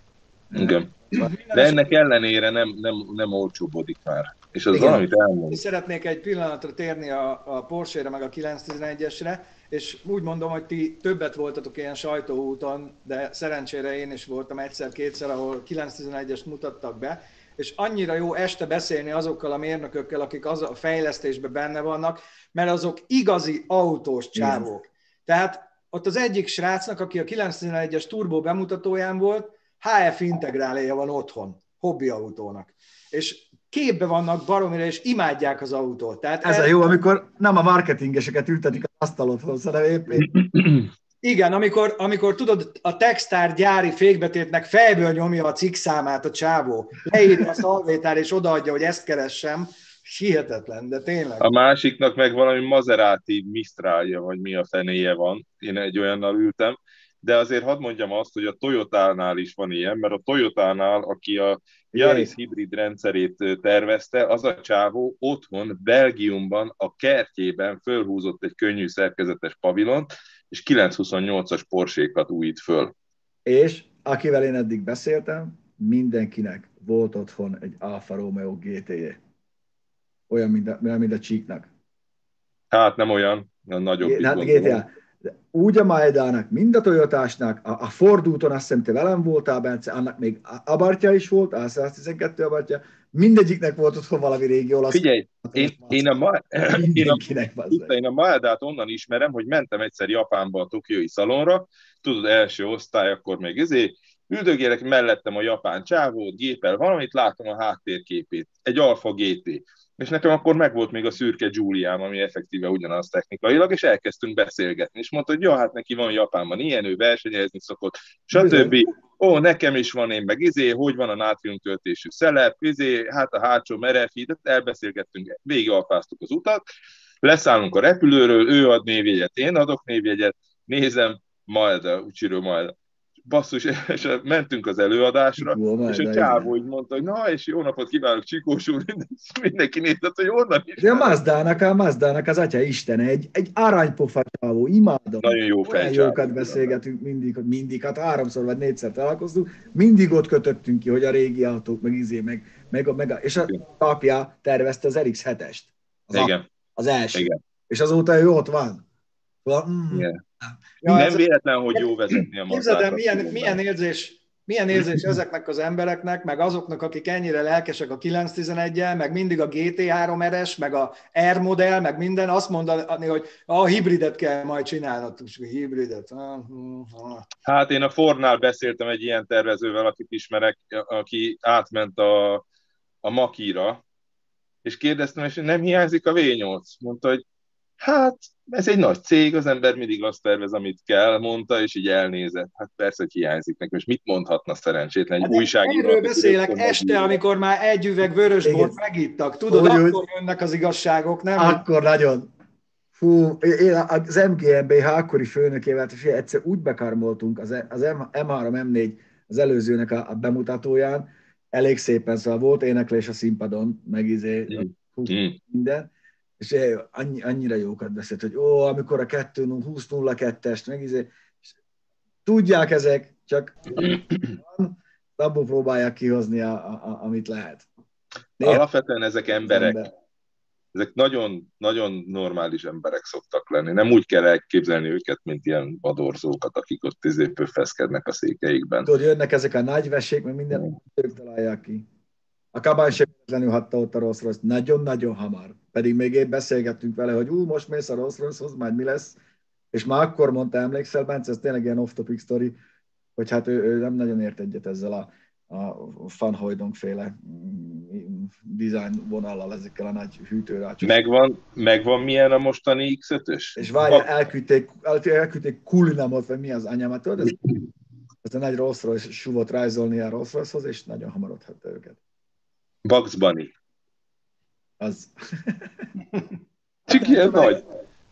Igen. De ennek ellenére nem, nem, nem olcsóbbodik már. És az igen. valamit elmond. Szeretnék egy pillanatra térni a, a Porsche-re, meg a kilenc tizenegyesre, és úgy mondom, hogy ti többet voltatok ilyen sajtóúton, de szerencsére én is voltam egyszer-kétszer, ahol kilenc tizenegyest mutattak be, és annyira jó este beszélni azokkal a mérnökökkel, akik az a fejlesztésben benne vannak, mert azok igazi autós csávók. Tehát ott az egyik srácnak, aki a kilenc tizenegyes turbó bemutatóján volt, há ef integráléja van otthon, hobbiautónak. És képbe vannak baromira, és imádják az autót. Tehát ez el... a jó, amikor nem a marketingeseket ültetik az asztalodhoz, hanem épp... épp... Igen, amikor, amikor tudod, a Textár gyári fékbetétnek fejből nyomja a cikk számát a csávó, leírja a szalvétár, és odaadja, hogy ezt keressem, hihetetlen, de tényleg. A másiknak meg valami Maserati Mistralja, vagy mi a fenéje van, én egy olyannal ültem, de azért hadd mondjam azt, hogy a Toyotánál is van ilyen, mert a Toyotánál, aki a Yaris hibrid rendszerét tervezte, az a csávó otthon, Belgiumban, a kertjében fölhúzott egy könnyű szerkezetes pavilont, és kilencszázhuszonnyolcas Porsche-kat újít föl. És akivel én eddig beszéltem, mindenkinek volt otthon egy Alfa Romeo gé té-je. Olyan, mint a, mint a Csíknak. Hát nem olyan, nagyobb. Hát gé té á. De úgy a Maedának, mind a Toyotásnak, a, a Ford úton, azt hiszem, te velem voltál, Bence, annak még abartja is volt, á száz tizenkettő abartja, mindegyiknek volt otthon valami régi olasz. Figyelj, én, én, a, Ma- én, a, én a Maedát onnan ismerem, hogy mentem egyszer Japánba a tokiói szalonra, tudod, első osztály, akkor még ezért, üldögélek mellettem a japán csávót, gépel valamit, látom a háttérképét, egy Alfa gé té. És nekem akkor megvolt még a szürke Giuliám, ami effektíve ugyanaz technikailag, és elkezdtünk beszélgetni. És mondta, hogy ja, hát neki van Japánban ilyen, ő versenyezni szokott, stb. Ó, nekem is van, én meg izé, hogy van a nátriumtöltésű szelep, izé, hát a hátsó merevhíd, elbeszélgettünk, végigalfáztuk az utat, leszállunk a repülőről, ő ad névjegyet, én adok névjegyet, nézem, Maeda, Uchiro Maeda. Basszus, és mentünk az előadásra, Jó, és a csávó így mondta, hogy na, és jó napot kívánok, Csikós úr, mindenki nézett, hogy honnan is. De a Mazdának, a Mazdának az atya istene, egy, egy aranypofa csávó, imádom. Nagyon jó fejcsávó. Jókat beszélgetünk mindig, hogy mindig, hát háromszor vagy négyszer találkoztunk, mindig ott kötöttünk ki, hogy a régi autók, meg izé, meg, meg, meg és a apja tervezte az er iksz hetest. Az, Igen. A, az első. Igen. És azóta ő ott van. Mm. Igen. Ja, nem véletlen, hogy jó vezetni a Mazdákat. Milyen, milyen érzés, milyen érzés ezeknek az embereknek, meg azoknak, akik ennyire lelkesek a kilenc tizeneggyel, meg mindig a gé té három er es, meg a R modell, meg minden, azt mondani, hogy a hibridet kell majd csinálnod. Hibridet. Hát én a Fordnál beszéltem egy ilyen tervezővel, akit ismerek, aki átment a, a Mach-ra, és kérdeztem, és nem hiányzik a vé nyolc? Mondta, hogy hát ez egy nagy cég, az ember mindig azt tervez, amit kell, mondta, és így elnézett. Hát persze, hogy hiányzik neki. Most mit mondhatna szerencsétlen? Hát újságíró. Erről beszélek este, ír. Amikor már egy üveg vörösbort megittak. Tudod, úgy, akkor jönnek az igazságok, nem? Akkor nagyon. Fú, én az em gé em bé há akkori főnökével egyszer úgy bekarmoltunk az, az em három em négy az előzőnek a, a bemutatóján, elég szépen szóval volt éneklés a színpadon, meg izé, mm. hú, mm. minden. És annyi, annyira jókat beszélt, hogy ó, amikor a kettő húsz nulla kettest, meg izé, tudják ezek, csak abból próbálják kihozni, a, a, amit lehet. Néha alapvetően ezek emberek, ember. ezek nagyon, nagyon normális emberek szoktak lenni. Nem úgy kell elképzelni őket, mint ilyen vadorzókat, akik ott pöffeszkednek a székeikben. Tudod, jönnek ezek a nagy vesék, mert minden ők találják ki. A Kabán sem véletlenül hagyta ott a Rolls-Royce nagyon-nagyon hamar. Pedig még épp beszélgettünk vele, hogy ú, most mész a Rolls-Royce-hoz, majd mi lesz. És már akkor mondta, emlékszel, Bence, ez tényleg ilyen off-topic story, hogy hát ő, ő nem nagyon ért egyet ezzel a, a Van Hooydonk féle design vonallal, ezekkel a nagy hűtőrácsos. Megvan, megvan milyen a mostani iksz ötös? És várjál, elküldték, elküldték Kulinamot, vagy mi az anyámat, tudod? Ez, ez a nagy Rolls-Royce suvot rajzolni a Rolls-Royce-hoz, és nagyon hamar ott hagyta őket. Bugs Bunny. Az. Csak ilyen nagy.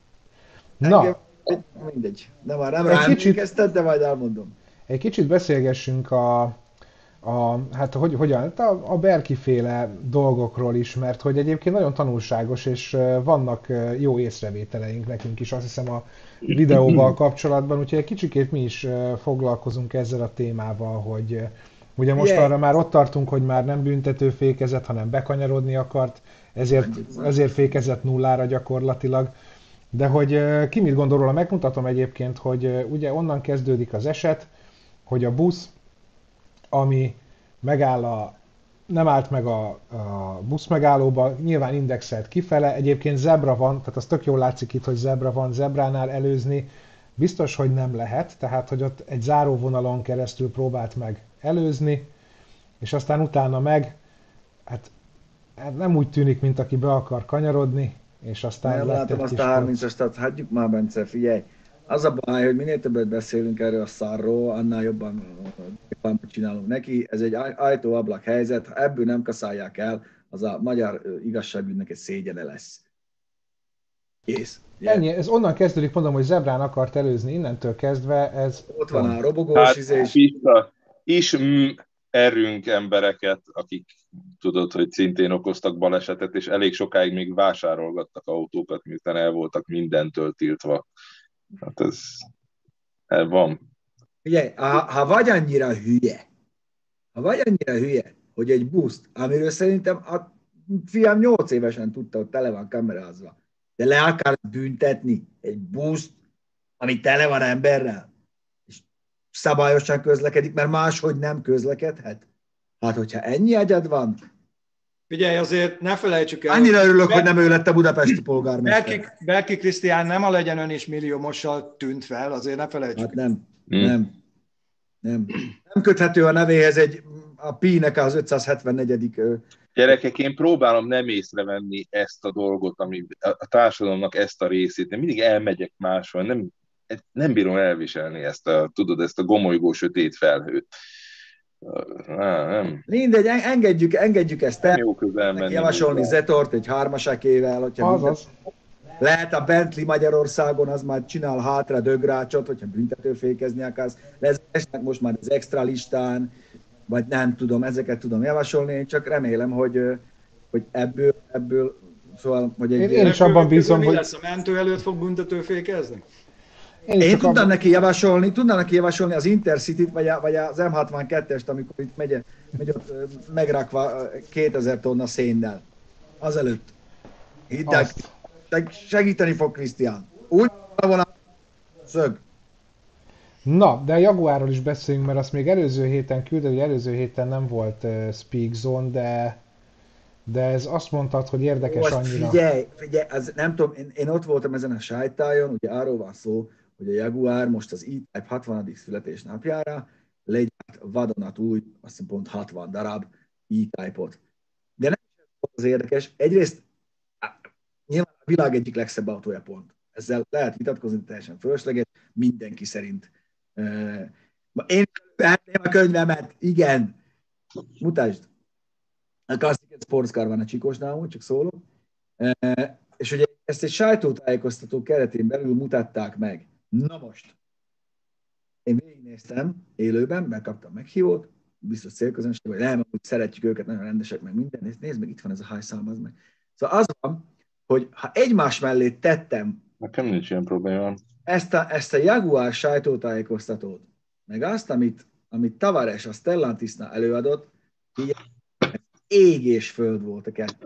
Na. Mindegy. De már nem rám kezdted, de majd elmondom. Egy kicsit beszélgessünk a, a hát hogy, hogyan, a, a Berki-féle dolgokról is, mert hogy egyébként nagyon tanulságos, és vannak jó észrevételeink nekünk is, azt hiszem a videóval kapcsolatban, úgyhogy egy kicsikét mi is foglalkozunk ezzel a témával, hogy ugye most yeah. arra már ott tartunk, hogy már nem büntető fékezett, hanem bekanyarodni akart, ezért, ezért fékezett nullára gyakorlatilag. De hogy ki mit gondol róla, megmutatom egyébként, hogy ugye onnan kezdődik az eset, hogy a busz, ami megáll a, nem állt meg a, a busz megállóba, nyilván indexelt kifele, egyébként zebra van, tehát az tök jól látszik itt, hogy zebra van, zebránál előzni, biztos, hogy nem lehet, tehát hogy ott egy záróvonalon keresztül próbált meg előzni, és aztán utána meg, hát nem úgy tűnik, mint aki be akar kanyarodni, és aztán nem látom azt a harmincast, tehát hagyjuk már, Bence, figyelj. Az a baj, hogy minél többet beszélünk erről a szarról, annál jobban, jobban csinálunk neki. Ez egy ajtó-ablak helyzet, ha ebből nem kaszálják el, az a magyar igazságügynek egy szégyene lesz. Kész. Yeah. Ennyi, ez onnan kezdődik, mondom, hogy zebrán akart előzni, innentől kezdve ez... Ott van a robogós hát, izés. Is erünk embereket, akik tudod, hogy szintén okoztak balesetet, és elég sokáig még vásárolgattak autókat, miután el voltak mindentől tiltva. Hát ez, ez van. Figyelj, ha, ha vagy annyira hülye, ha vagy annyira hülye, hogy egy buszt, amiről szerintem a fiam nyolc évesen tudta, hogy tele van kamerázva, de le akar büntetni egy buszt, ami tele van emberrel, és szabályosan közlekedik, mert máshogy nem közlekedhet. Hát, hogyha ennyi agyad van... Figyelj, azért ne felejtsük el... Annyira örülök, Be... hogy nem ő lett a budapesti polgármester. Berki, Berki Krisztián nem a legyen ön is milliómossal tűnt fel, azért ne felejtsük. Hát nem, hmm. nem, nem. Nem köthető a nevéhez egy, a Pi-nek az ötszázhetvennegy. Gyerekek, én próbálom nem észrevenni ezt a dolgot, ami a társadalomnak ezt a részét. Én mindig elmegyek máshol, nem, nem bírom elviselni ezt a, tudod, ezt a gomolygó sötét felhőt. Á, nem. Mindegy, engedjük, engedjük ezt el. Jó közel menni. Javasolni Zetort egy hármasakével. Azaz. Lehet a Bentley Magyarországon, az már csinál hátra dögrácsot, hogyha büntetőfékezni akarsz. Lesznek most már az extra listán, vagy nem tudom, ezeket tudom javasolni, én csak remélem, hogy, hogy ebből, ebből, szóval, hogy egy... Én, én is abban bízom, mi hogy... lesz, a mentő előtt fog büntetőfékezni? Én, én tudnám abban... neki javasolni, tudnám neki javasolni az Intercity-t, vagy, a, vagy az em hatvankettest, amikor itt megy, megy ott megrakva kétezer tonna szénnel. Azelőtt. Hittek, segíteni fog Krisztián. Úgy van a szög. Na, de a Jaguarról is beszéljünk, mert azt még előző héten küldött, hogy előző héten nem volt uh, Speak Zone, de, de ez azt mondtad, hogy érdekes Ó, annyira. Figyelj, figyelj, az, nem tudom, én, én ott voltam ezen a sájtájon, ugye arról van szó, hogy a Jaguar most az E-Type hatvanadik születésnapjára legyárt vadonatúj, azt hiszem pont hatvan darab E-Type-ot. De nem az érdekes, egyrészt nyilván a világ egyik legszebb autója pont. Ezzel lehet vitatkozni, teljesen fölösleges, mindenki szerint. Én vehetném a könyvemet, igen. Mutasd. A Classic Sports Car van a Csikosnál, csak szólok. És ugye ezt egy sajtótájékoztató keretén belül mutatták meg. Na most. Én végignéztem élőben, megkaptam meghívót, biztos célközönség, vagy nem, hogy szeretjük őket, nagyon rendesek, meg minden. Nézd meg, itt van ez a hajszám, az meg. Szóval az van, hogy ha egymás mellé tettem nekem nincs ilyen problémám. Ezt a, ezt a Jaguar sajtótájékoztatót, meg azt, amit, amit Tavares a Stellantisnál előadott, így ég és föld volt a kettő.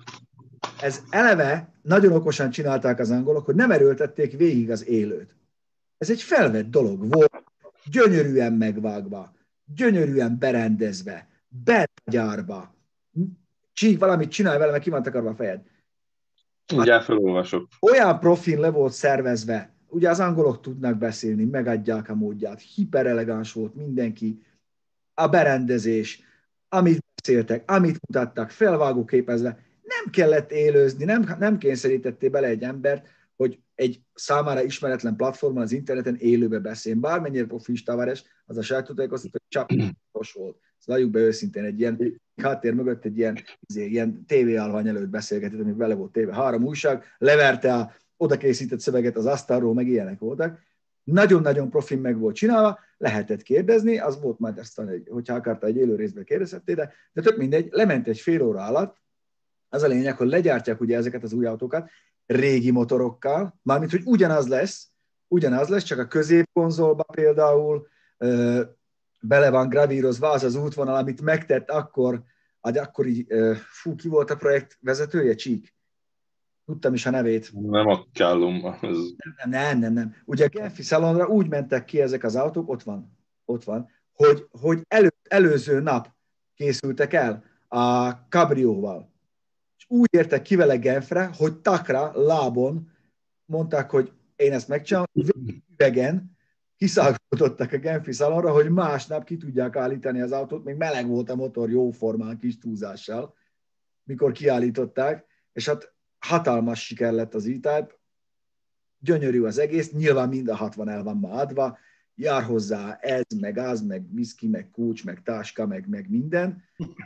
Ez eleve nagyon okosan csinálták az angolok, hogy nem erőltették végig az élőt. Ez egy felvett dolog volt, gyönyörűen megvágva, gyönyörűen berendezve, begyárba. Csík, valamit csinálj vele, mert ki van takarva a fejed. Mindjárt felolvasok. Olyan profil le volt szervezve, ugye az angolok tudnak beszélni, megadják a módját, hiperelegáns volt mindenki, a berendezés, amit beszéltek, amit mutattak, felvágóképezve, nem kellett élőzni, nem, nem kényszerítették bele egy embert, hogy egy számára ismeretlen platformon az interneten élőbe beszél. Bármennyire profi Tavares, az a sajtótájékoztató, hogy csapos volt. Szóval be őszintén, egy ilyen háttér mögött egy ilyen, ilyen tévéállvány előtt beszélgetett, ami vele volt tévé. Három újság, leverte a oda készített szöveget az asztalról, meg ilyenek voltak. Nagyon-nagyon profin meg volt csinálva, lehetett kérdezni, az volt majd aztán, egy, hogyha akarta, egy élő részben kérdezhetté, de, de tök mindegy, lement egy fél óra alatt. Az a lényeg, hogy legyártják ugye ezeket az új autókat régi motorokkal, mármint, hogy ugyanaz lesz, ugyanaz lesz, csak a középkonzolba például ö, bele van gravírozva az az útvonal, amit megtett akkor, az akkori, ö, fú, ki volt a projekt vezetője? Csík? Tudtam is a nevét. Nem a Callum. Az... Nem, nem, nem, nem. Ugye a Genfi szalonra úgy mentek ki ezek az autók, ott van, ott van, hogy, hogy elő, előző nap készültek el a Cabrióval. És úgy értek ki vele Genfre, hogy takra, lábon mondták, hogy én ezt megcsinálom, üvegen kiszállítottak a Genfi szalonra, hogy másnap ki tudják állítani az autót, még meleg volt a motor jóformán, kis túlzással, mikor kiállították, és hát hatalmas siker lett az E-Type, gyönyörű az egész, nyilván mind a hatvan el van ma adva, jár hozzá ez, meg az, meg viszki, meg kulcs, meg táska, meg, meg minden.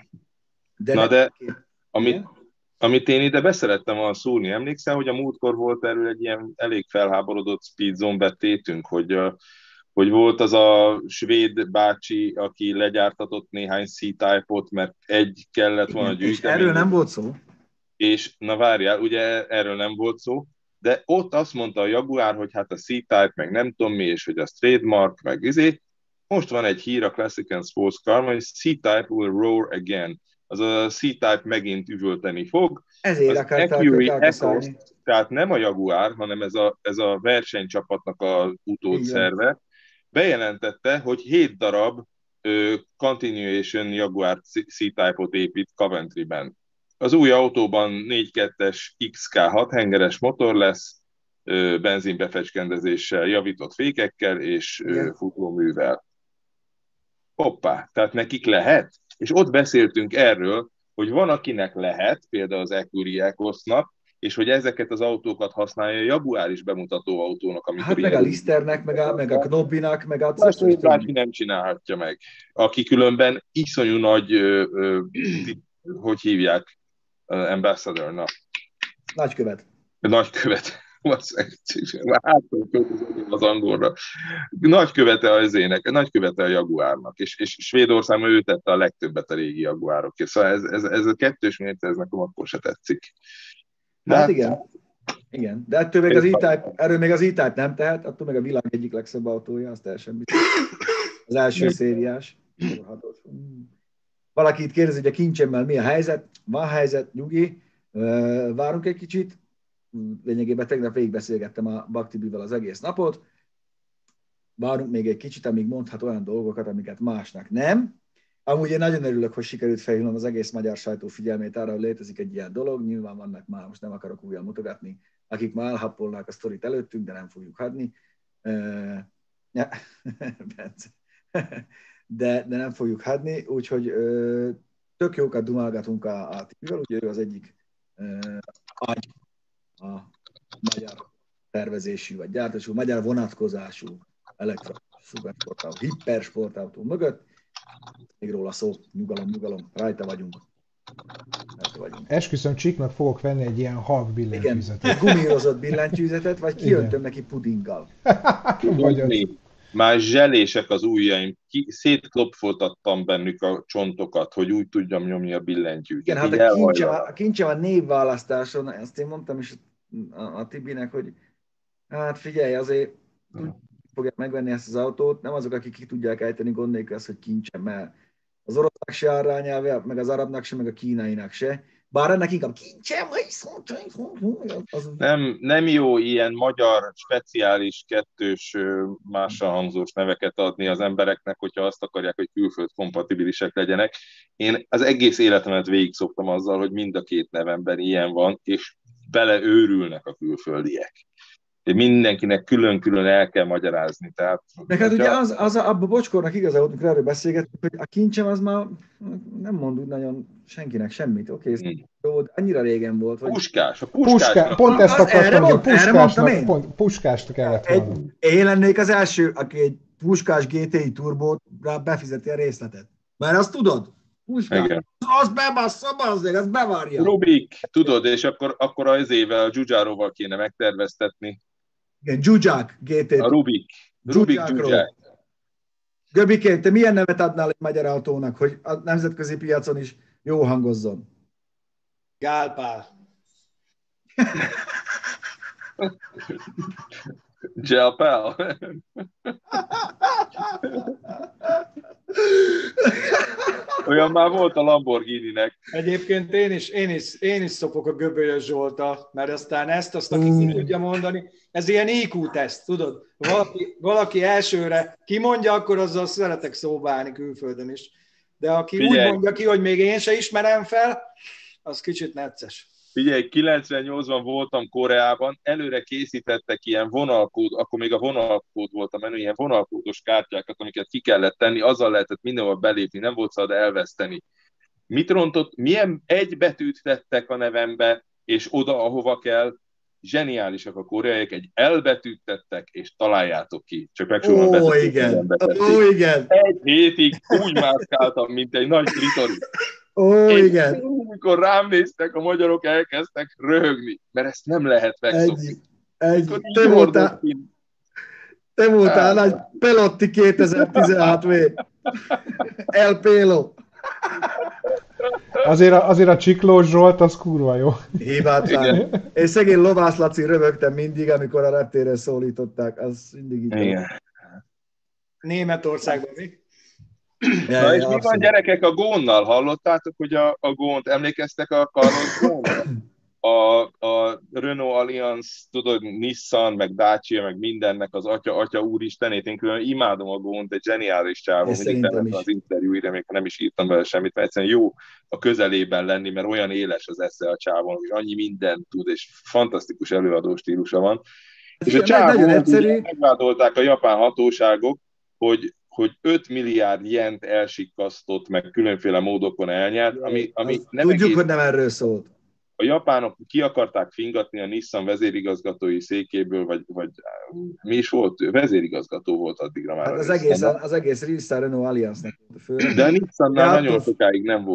De Na de, amit, amit én ide beszerettem a szúrni, emlékszel, hogy a múltkor volt erről egy ilyen elég felháborodott speedzone betétünk, hogy, hogy volt az a svéd bácsi, aki legyártatott néhány C-Type-ot, mert egy kellett volna gyűjteni. És erről nem volt szó? És na várjál, ugye erről nem volt szó, de ott azt mondta a Jaguar, hogy hát a C-Type, meg nem tudom mi, és hogy a trademark, meg izé. Most van egy hír a Classic and Sports Car, hogy C-Type will roar again. Az a C-Type megint üvölteni fog. Ezért akarták elszállni. Tehát nem a Jaguar, hanem ez a, ez a versenycsapatnak a utódszerve, bejelentette, hogy hét darab uh, Continuation Jaguar C-Type-ot épít Coventryben. Az új autóban négy kettes iksz ká hat hengeres motor lesz, benzinbefecskendezéssel, javított fékekkel és yeah. futóművel. Hoppá, tehát nekik lehet? És ott beszéltünk erről, hogy van, akinek lehet, például az Equiriakosnak, és hogy ezeket az autókat használja a Jaguar is bemutató autónak. Amikor hát meg a Listernek, meg a, meg a Knobinak, meg a... Azt hogy bárki nem csinálhatja meg. Aki különben iszonyú nagy, ö, ö, hogy hívják, ambassadornak. Nagykövet. Nagykövet. Hát, az angolra. Nagykövete az ének, nagykövete a Jaguárnak, és, és Svédországban ő tette a legtöbbet a régi Jaguárokért. Szóval ez, ez, ez a kettős mérce, ez nekem akkor se tetszik. De hát, hát igen. Igen, de ettől még az E-Type, erről még az E-Type nem tehet, attól meg a világ egyik legszebb autója, az teljesen biztos. Az első szériás. Valaki itt kérdezi, hogy a kincsemmel mi a helyzet. Van helyzet, nyugi. Várunk egy kicsit. Lényegében tegnap végigbeszélgettem a Baktibivel az egész napot. Várunk még egy kicsit, amíg mondhat olyan dolgokat, amiket másnak nem. Amúgy én nagyon örülök, hogy sikerült felhívnom az egész magyar sajtó figyelmét arra, hogy létezik egy ilyen dolog. Nyilván vannak már, most nem akarok újra mutogatni, akik már elhappolnák a sztorit előttünk, de nem fogjuk hagyni. De, de nem fogjuk hagyni, úgyhogy tök jókat dumálgatunk a, a Tibivel, ugye ő az egyik agy a magyar tervezésű, vagy gyártású, magyar vonatkozású elektromos szupersportautó, hipersportautó mögött. Még róla szó, nyugalom, nyugalom, rajta vagyunk. Rajta vagyunk. Esküszöm, Csíknak fogok venni egy ilyen halk billentyűzetet. Igen, egy gumírozott billentyűzetet, vagy kiöntöm neki pudinggal. Vagy már zselések az ujjaim, szétklopfoltattam bennük a csontokat, hogy úgy tudjam nyomni a billentyűt. Igen, hát a kincsem, a kincsem a névválasztáson, ezt én mondtam is a, a Tibinek, hogy hát figyelj, azért fogják megvenni ezt az autót, nem azok, akik ki tudják ejteni gond nélkül ezt, hogy kincsem, mert az orosznak se áll rá nyelve, meg az arabnak se, meg a kínainak se. Bár ennek inkább kincsem, az... Nem, nem jó ilyen magyar, speciális, kettős, másra hangzós neveket adni az embereknek, hogyha azt akarják, hogy külföld kompatibilisek legyenek. Én az egész életemet végig szoktam azzal, hogy mind a két nevemben ilyen van, és beleőrülnek a külföldiek. De mindenkinek külön-külön el kell magyarázni. Tehát, meg hát ugye az, az a, abba Bocskornak igaza volt, amikor erről beszélgettünk, hogy a kincsem az már nem mond úgy nagyon senkinek semmit. Oké, okay, hmm. jó, annyira régen volt. Vagy... Puskás, a puskás. Puskás. Pont ezt akartam, hogy puskásnak, pont, puskásnak kellett volna. Én lennék az első, aki egy puskás gé té i turbót rá befizeti a részletet. Mert azt tudod? Puskás. Igen. Az bebassza, bazdeg, az bevárja. Rubik, tudod, és akkor, akkor az évvel a Giugiaroval kéne megterveztetni. Igen, Zsuzsák gé té. A Rubik. Rubik Zsuzsák. Göbikén, te milyen nevet adnál egy magyar autónak, hogy a nemzetközi piacon is jó hangozzon? Gálpál. Gelpál. Olyan már volt a Lamborghini-nek. Egyébként én is, én is, én is szopok a Göbölyös Zsolta, mert aztán ezt azt, aki ki tudja mondani, ez ilyen í kú-teszt, tudod? Valaki, valaki elsőre kimondja, akkor azzal szeretek szóba állni külföldön is. De aki Figyelj. úgy mondja ki, hogy még én se ismerem fel, az kicsit necces. Figyelj, kilencvennyolcban voltam Koreában, előre készítettek ilyen vonalkód, akkor még a vonalkód volt a menü, ilyen vonalkódos kártyákat, amiket ki kellett tenni, azzal lehetett mindenhol belépni, nem volt szabad elveszteni. Mit rontott, milyen egy betűt tettek a nevembe, és oda, ahova kell, zseniálisak a koreaiak, egy elbetűt tettek, és találjátok ki. Csak megsorolom. Ó, igen. Ó, igen. Egy hétig úgy mászkáltam, mint egy nagy klitoris. Ó, igen. Amikor rám néztek, a magyarok elkezdtek röhögni, mert ezt nem lehet megszokni. Egy, egy. Te voltál, te voltál nagy Pelotti kétezer-tizenhat vé. El Pélo. Azért a, azért a Csiklós Zsolt, az kurva jó. Hibátlan. Én szegény Lovász Laci röhögtem mindig, amikor a reptéren szólították. Az mindig így. Igen. Németországban mi? Ja, Na és mi van gyerekek a Gónnal? Hallottátok, hogy a, a Gónt, emlékeztek a Carlos Gónra? A, a Renault Alliance, tudod, Nissan, meg Dacia, meg mindennek az atya, atya úristenét, én külön imádom a Gónt, egy zseniális csávó, mindig benne az interjúira, még nem is írtam vele semmit, mert egyszerűen jó a közelében lenni, mert olyan éles az esze a csávon, hogy annyi mindent tud, és fantasztikus előadó stílusa van. Ez és a csávó megvádolták a japán hatóságok, hogy hogy öt milliárd jent elsikkasztott, meg különféle módokon elnyert, ami, ami nem Tudjuk, egész... hogy nem erről szólt. A japánok ki akarták fingatni a Nissan vezérigazgatói székéből, vagy, vagy mi is volt? Vezérigazgató volt addigra már. Hát az, egész, az egész része a Renault Alliance-nek volt a fő. De a Nissannál nagyon sokáig nem volt.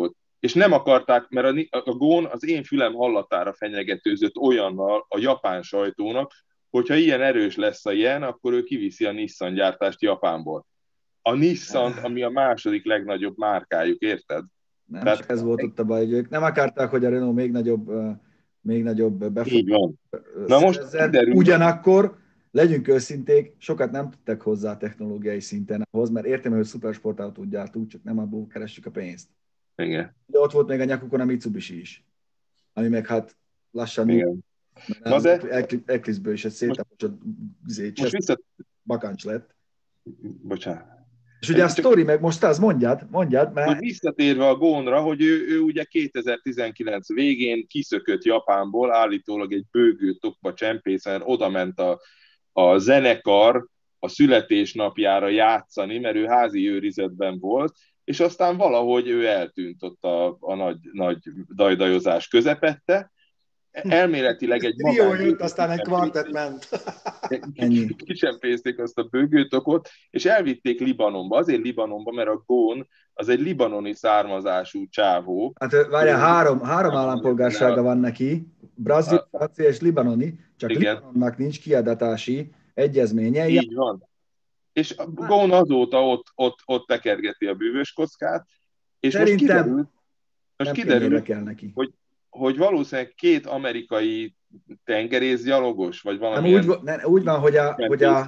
és nem akarták, mert a, a Gón az én fülem hallatára fenyegetőzött olyannal a japán sajtónak, hogyha ilyen erős lesz a jen, akkor ő kiviszi a Nissan gyártást Japánból. A Nissan, ami a második legnagyobb márkájuk, érted? Nem, Tehát, csak ez volt ott a baj, hogy ők nem akarták, hogy a Renault még nagyobb, még nagyobb befolyást szerezzen. Ugyanakkor, legyünk őszinték, sokat nem tudtak hozzá a technológiai szinten ahhoz, mert értem, hogy szupersportautót gyártunk, csak nem abból keressük a pénzt. Igen. De ott volt még a nyakukon a Mitsubishi is, ami meg hát lassan igen. Na de... Eclipse-ből is egy szétapocsott visszat... bakancs lett. Bocsánat. És ugye a sztori meg most az mondjad, mondjad, mert... Hogy visszatérve a Gónra, hogy ő, ő ugye kétezer-tizenkilenc végén kiszökött Japánból, állítólag egy bőgő tokba csempészen, oda ment a, a zenekar a születésnapjára játszani, mert ő házi őrizetben volt, és aztán valahogy ő eltűnt ott a, a nagy, nagy dajdajozás közepette. Elméletileg egy magán... jött, aztán egy kvartett ment. Kicsempészték azt a bőgőtokot, és elvitték Libanonba. Azért Libanonba, mert a Gón az egy libanoni származású csávó. Hát várjál, három, három állampolgársága van neki, brazil, francia és libanoni, csak igen. Libanonnak nincs kiadatási egyezménye. Így van. És a Gón azóta ott, ott, ott tekergeti a bűvös kockát, és szerintem most kiderült, most kiderült neki. hogy hogy valószínűleg két amerikai tengerészgyalogos, vagy valami. Nem, úgy, nem, úgy van, hogy a, hogy a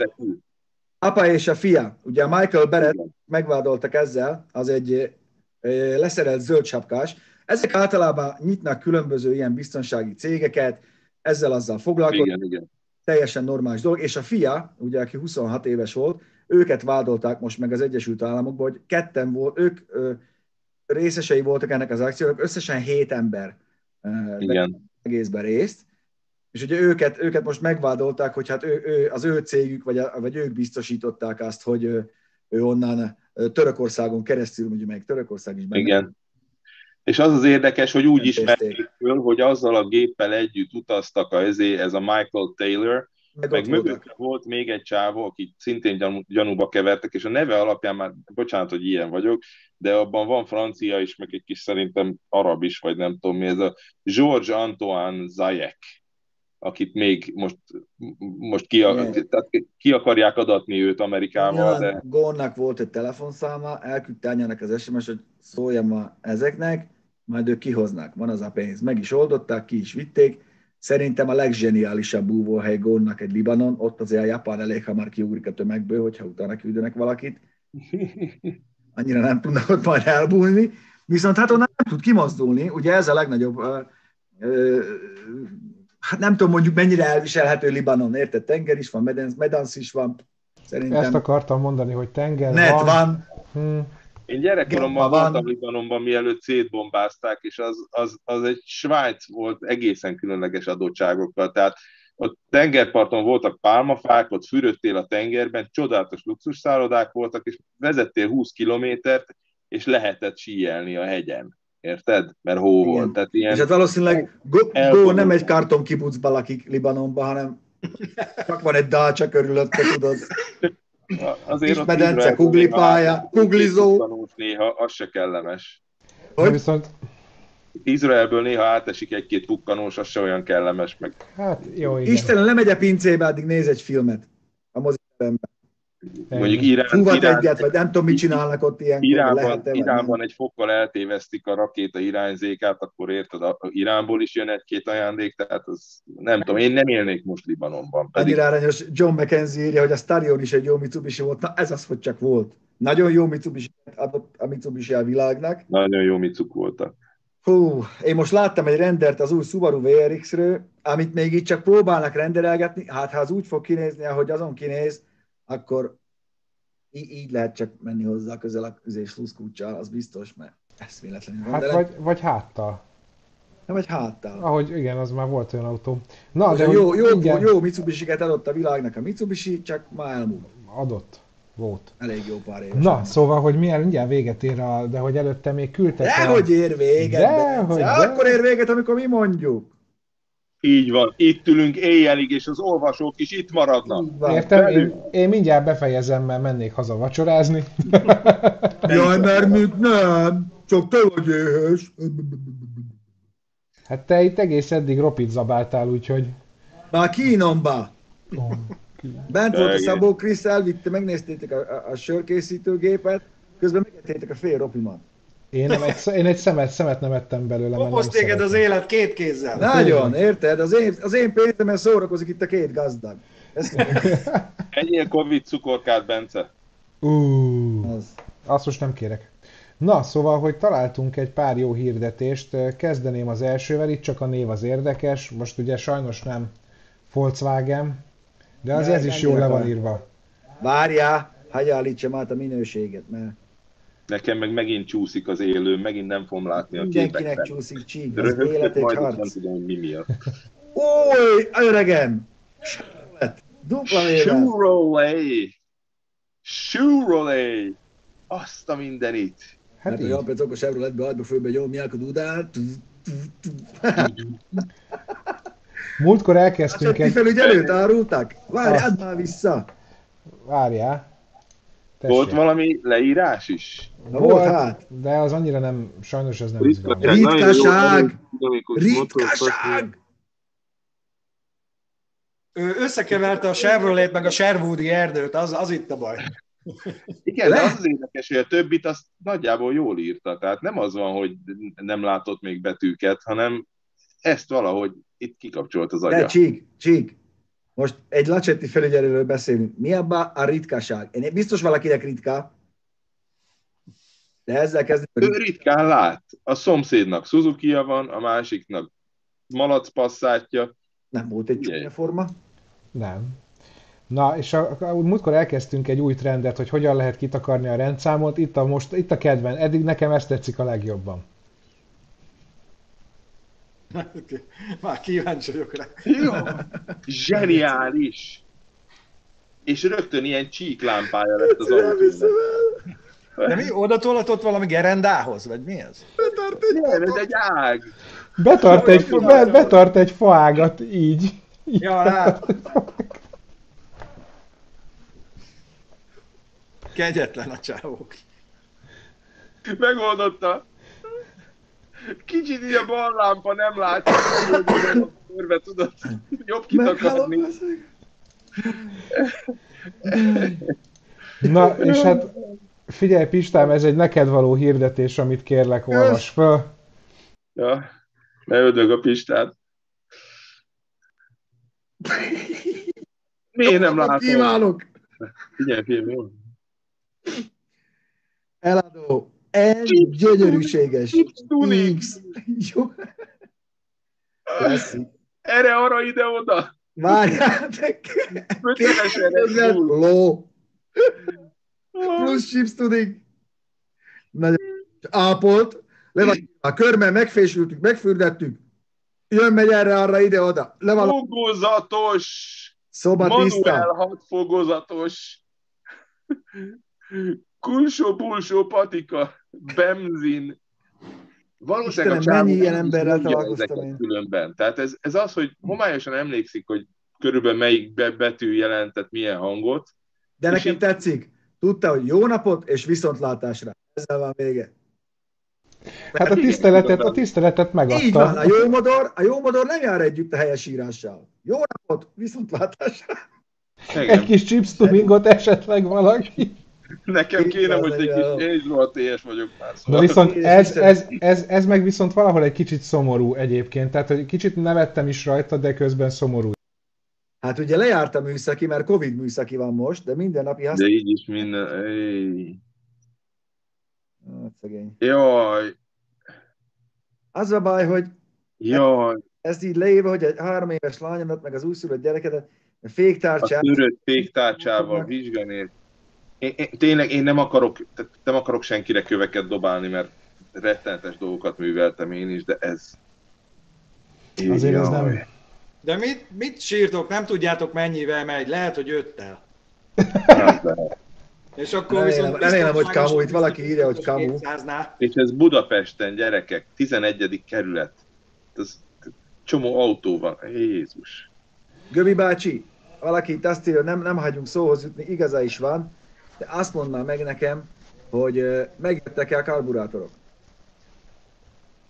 apa és a fia, ugye a Michael Barrett megvádoltak ezzel, az egy leszerelt zöld sapkás. Ezek általában nyitnak különböző ilyen biztonsági cégeket, ezzel azzal foglalkoznak. Igen, igen. Teljesen normális dolog. És a fia, ugye aki huszonhat éves volt, őket vádolták most meg az Egyesült Államokban, hogy ketten volt, ők ö, részesei voltak ennek az akciónak, összesen hét ember igen. egészben részt, és ugye őket, őket most megvádolták, hogy hát ő, ő, az ő cégük, vagy, a, vagy ők biztosították azt, hogy ő, ő onnan Törökországon keresztül, ugye meg Törökország is benne. Igen. És az az érdekes, hogy úgy ismerték föl, hogy azzal a géppel együtt utaztak a, ez a Michael Taylor, meg, meg mögött volt még egy csávó, akit szintén gyanú, gyanúba kevertek, és a neve alapján már, bocsánat, hogy ilyen vagyok, de abban van francia is, meg egy kis szerintem arab is, vagy nem tudom mi, ez a Georges Antoine Zayek, akit még most, most ki, tehát ki akarják adatni őt Amerikával. De... Gónnak volt egy telefonszáma, elküldte anyának az es em es, hogy szóljam ma ezeknek, majd ők kihoznak, van az a pénz. Meg is oldották, ki is vitték. Szerintem a legzseniálisabb búvóhely Gónnak egy Libanon, ott azért a japán elég hamar kiugrik a tömegből, hogyha utána küldenek valakit. Annyira nem tudnak ott majd elbújni. Viszont hát onnan nem tud kimozdulni, ugye ez a legnagyobb, ö, ö, hát nem tudom mondjuk mennyire elviselhető Libanon, érted? Tenger is van, Medansz is van. Szerintem... Ezt akartam mondani, hogy tenger Net van. van. Hmm. Én gyerekkoromban voltam Libanonban, mielőtt szétbombázták, és az, az, az egy Svájc volt egészen különleges adottságokkal. Tehát ott tengerparton voltak pálmafák, ott fürödtél a tengerben, csodálatos luxusszállodák voltak, és vezettél húsz kilométert, és lehetett síelni a hegyen. Érted? Mert hó igen. volt. Tehát ilyen... És hát valószínűleg Gó nem egy kartonkibucban lakik Libanonban, hanem csak van egy dácsa körülötte, tudod. Azért ott medence, kuglipálya, kuglizó. Néha az se kellemes. Hogy? Viszont... Izraelből néha átesik egy-két pukkanós, az se olyan kellemes meg. Hát jó, igen. Istenem, lemegy a pincébe, addig néz egy filmet a moziteremben. Mondjuk Irán, Fúvat Irán, egyet, vagy nem tudom, mit csinálnak ott ilyenkor. Iránban, Iránban egy fokkal eltévesztik a rakéta irányzékát, akkor érted, a, a Iránból is jön egy-két ajándék, tehát az, nem tudom, én nem élnék most Libanonban. Pedig... Annyira aranyos, John McKenzie írja, hogy a Starion is egy jó Mitsubishi volt, na ez az, hogy csak volt. Nagyon jó Mitsubishi adott a Mitsubishi a világnak. Nagyon jó Mitsuk voltak. Hú, én most láttam egy rendert az új Subaru vé er iksz-ről, amit még így csak próbálnak renderelgetni, hát ha az úgy fog kinézni, ahogy azon kinéz, akkor í- így lehet csak menni hozzá közel a közés sluszkúccsal, az biztos, mert eszméletlenül hát rendelek. Vagy, vagy háttal. Nem, vagy háttal. Ahogy igen, az már volt olyan autó. Na, de jó, jó, jó, jó Mitsubishi-ket adott a világnak a Mitsubishi, csak ma elmúlt. Adott. Volt. Elég jó pár éves. Na, szóval, hogy milyen mindjárt véget ér, a, de hogy előtte még küldtek Dehogy a... ér véget, de, hogy de. Akkor ér véget, amikor mi mondjuk. Így van, itt ülünk éjjelig, és az olvasók is itt maradnak. Értem, én, én mindjárt befejezem, mert mennék haza vacsorázni. Jaj, mert még nem. csak te vagy éhes. Hát te itt egész eddig ropit zabáltál, úgyhogy... Már kínomba. Oh, Bent volt a Szabó Krisz, elvitte, megnéztétek a, a, a sörkészítőgépet, közben megettétek a fél ropimat. Én, nem egy, én egy szemet, szemet nem ettem belőle, mert Okoz nem téged az szeretem. élet két kézzel. Nagyon, érted? Az én, az én pénzemen szórakozik itt a két gazdag. Ez Ennyien Covid cukorkát, Bence. Uh, az. azt most nem kérek. Na, szóval, hogy találtunk egy pár jó hirdetést, kezdeném az elsővel, itt csak a név az érdekes, most ugye sajnos nem Volkswagen, de az Ne, ez is nem jól le van akar. írva. Várjál, hagyj állítsam át a minőséget, mert Nekem meg megint csúszik az élő, megint nem fogom látni a mindenkinek képekben. csúszik csík, az Röhögtök élet egy majd, és nem harc. tudom, hogy mi miatt. Új, öregem! Chevrolet, dupla néven. Chevrolet! Chevrolet! Azt a mindenit! Hát Hát a így. Jampec okos Chevroletbe adba fölbe nyomják a dudát. Múltkor Hát elkezdtünk ti egy... felügyelőt árultak? Várj, Azt. add már vissza! Várjál. Tessék. Volt valami leírás is? Na volt hát! De az annyira nem, sajnos ez nem Ritkaság. izgalmas. Ritkaság! Dinamikus Ritkaság! Ő összekeverte a Chevrolet meg a Sherwoodi erdőt, az, az itt a baj. Igen, de Le- az az érdekes, hogy a többit azt nagyjából jól írta. Tehát nem az van, hogy nem látott még betűket, hanem ezt valahogy itt kikapcsolt az De agya. csík, csík. Most egy Lacetti felügyelőről beszélünk. Mi abba a ritkaság? Én biztos valakinek ritka. De ezzel kezdem. Ő ritkán lát. A szomszédnak Suzuki-ja van, a másiknak malac passzátja. Nem volt egy csúnya forma. Nem. Na, és a, a, múltkor elkezdtünk egy új trendet, hogy hogyan lehet kitakarni a rendszámot. Itt a, most, itt a kedven. Eddig nekem ezt tetszik a legjobban. Már kíváncsi vagyok rá. Jó, zseniális! És rögtön ilyen csíklámpája lett az autónak. De mi, oda tolatott valami gerendához, vagy mi ez? Nem, ez egy ág. Betart egy, be, betart egy faágat így. így Ja, hát. Kegyetlen a csávók. Megoldotta. Kicsit így a bal lámpa nem látja, hogy a körbe tudod jobb kitakarni. Na, és hát figyelj Pistám, ez egy neked való hirdetés, amit kérlek, olvasd föl. Ja, ne öldög a Pistát. Miért nem látom? Kívánok! Figyelj, figyelj, jó. Eladó. Egy gyönyörűséges. Chips tuning. X. Jó. Klasszik. Erre, arra, ide-oda. Várjál, de Kötelesen ló. Plusz chips tuning. Nagyon ápolt. Le van a körben, megfésültük, megfürdettük. Jön, megy erre, arra, ide-oda. Le van a fogozatos. szoba tiszta. Manuel hat fogozatos. Kulsó-pulsó patika. Benzin. Valószínűleg Istenem, a mennyi csávó ilyen nem is emberrel mondja találkoztam ezeket én. különben. Tehát ez, ez az, hogy homályosan emlékszik, hogy körülbelül melyik be- betű jelentett milyen hangot. De És nekem így- tetszik. Tudta, hogy jó napot és viszontlátásra. Ezzel van vége. Hát a tiszteletet, a tiszteletet Így van, megadta. a jó modor, a jó modor nem jár együtt a helyesírással. Jó napot, viszontlátásra. Egy kis chips tuningot esetleg valaki. Nekem Így kéne, van, hogy egy nagyon. kis én rohadt éhes vagyok már. Na Szóval. viszont És ez, Isten- ez, ez, ez meg viszont valahol egy kicsit szomorú egyébként. Tehát, hogy kicsit nevettem is rajta, de közben szomorú. Hát ugye lejárt a műszaki, mert Covid műszaki van most, de mindennapi De használ. így is minden... Éj. Hát szegény. Jaj, Az a baj, hogy jaj, ezt így leírva, hogy egy három éves lányomat, meg az újszülött gyerekedet, a a féktárcsát, törött féktárcsával vizsgálni. Én, én, tényleg én nem akarok, tehát nem akarok senkire köveket dobálni, mert rettenetes dolgokat műveltem én is, de ez... Azért ez Jaj. nem... De mit, mit sírtok, nem tudjátok mennyivel megy, lehet, hogy öttel. Hát, de- És akkor Remélem- viszont remélem, hogy biztonságos- kamu, itt valaki írja, hogy kamu. kétszáznál. És ez Budapesten, gyerekek, tizenegyedik kerület. Ez csomó autó van. Jézus. Göbi bácsi, valaki itt azt írja, nem, nem hagyunk szóhoz jutni, igaza is van, de azt mondd már meg nekem, hogy ö, megjöttek-e a karburátorok.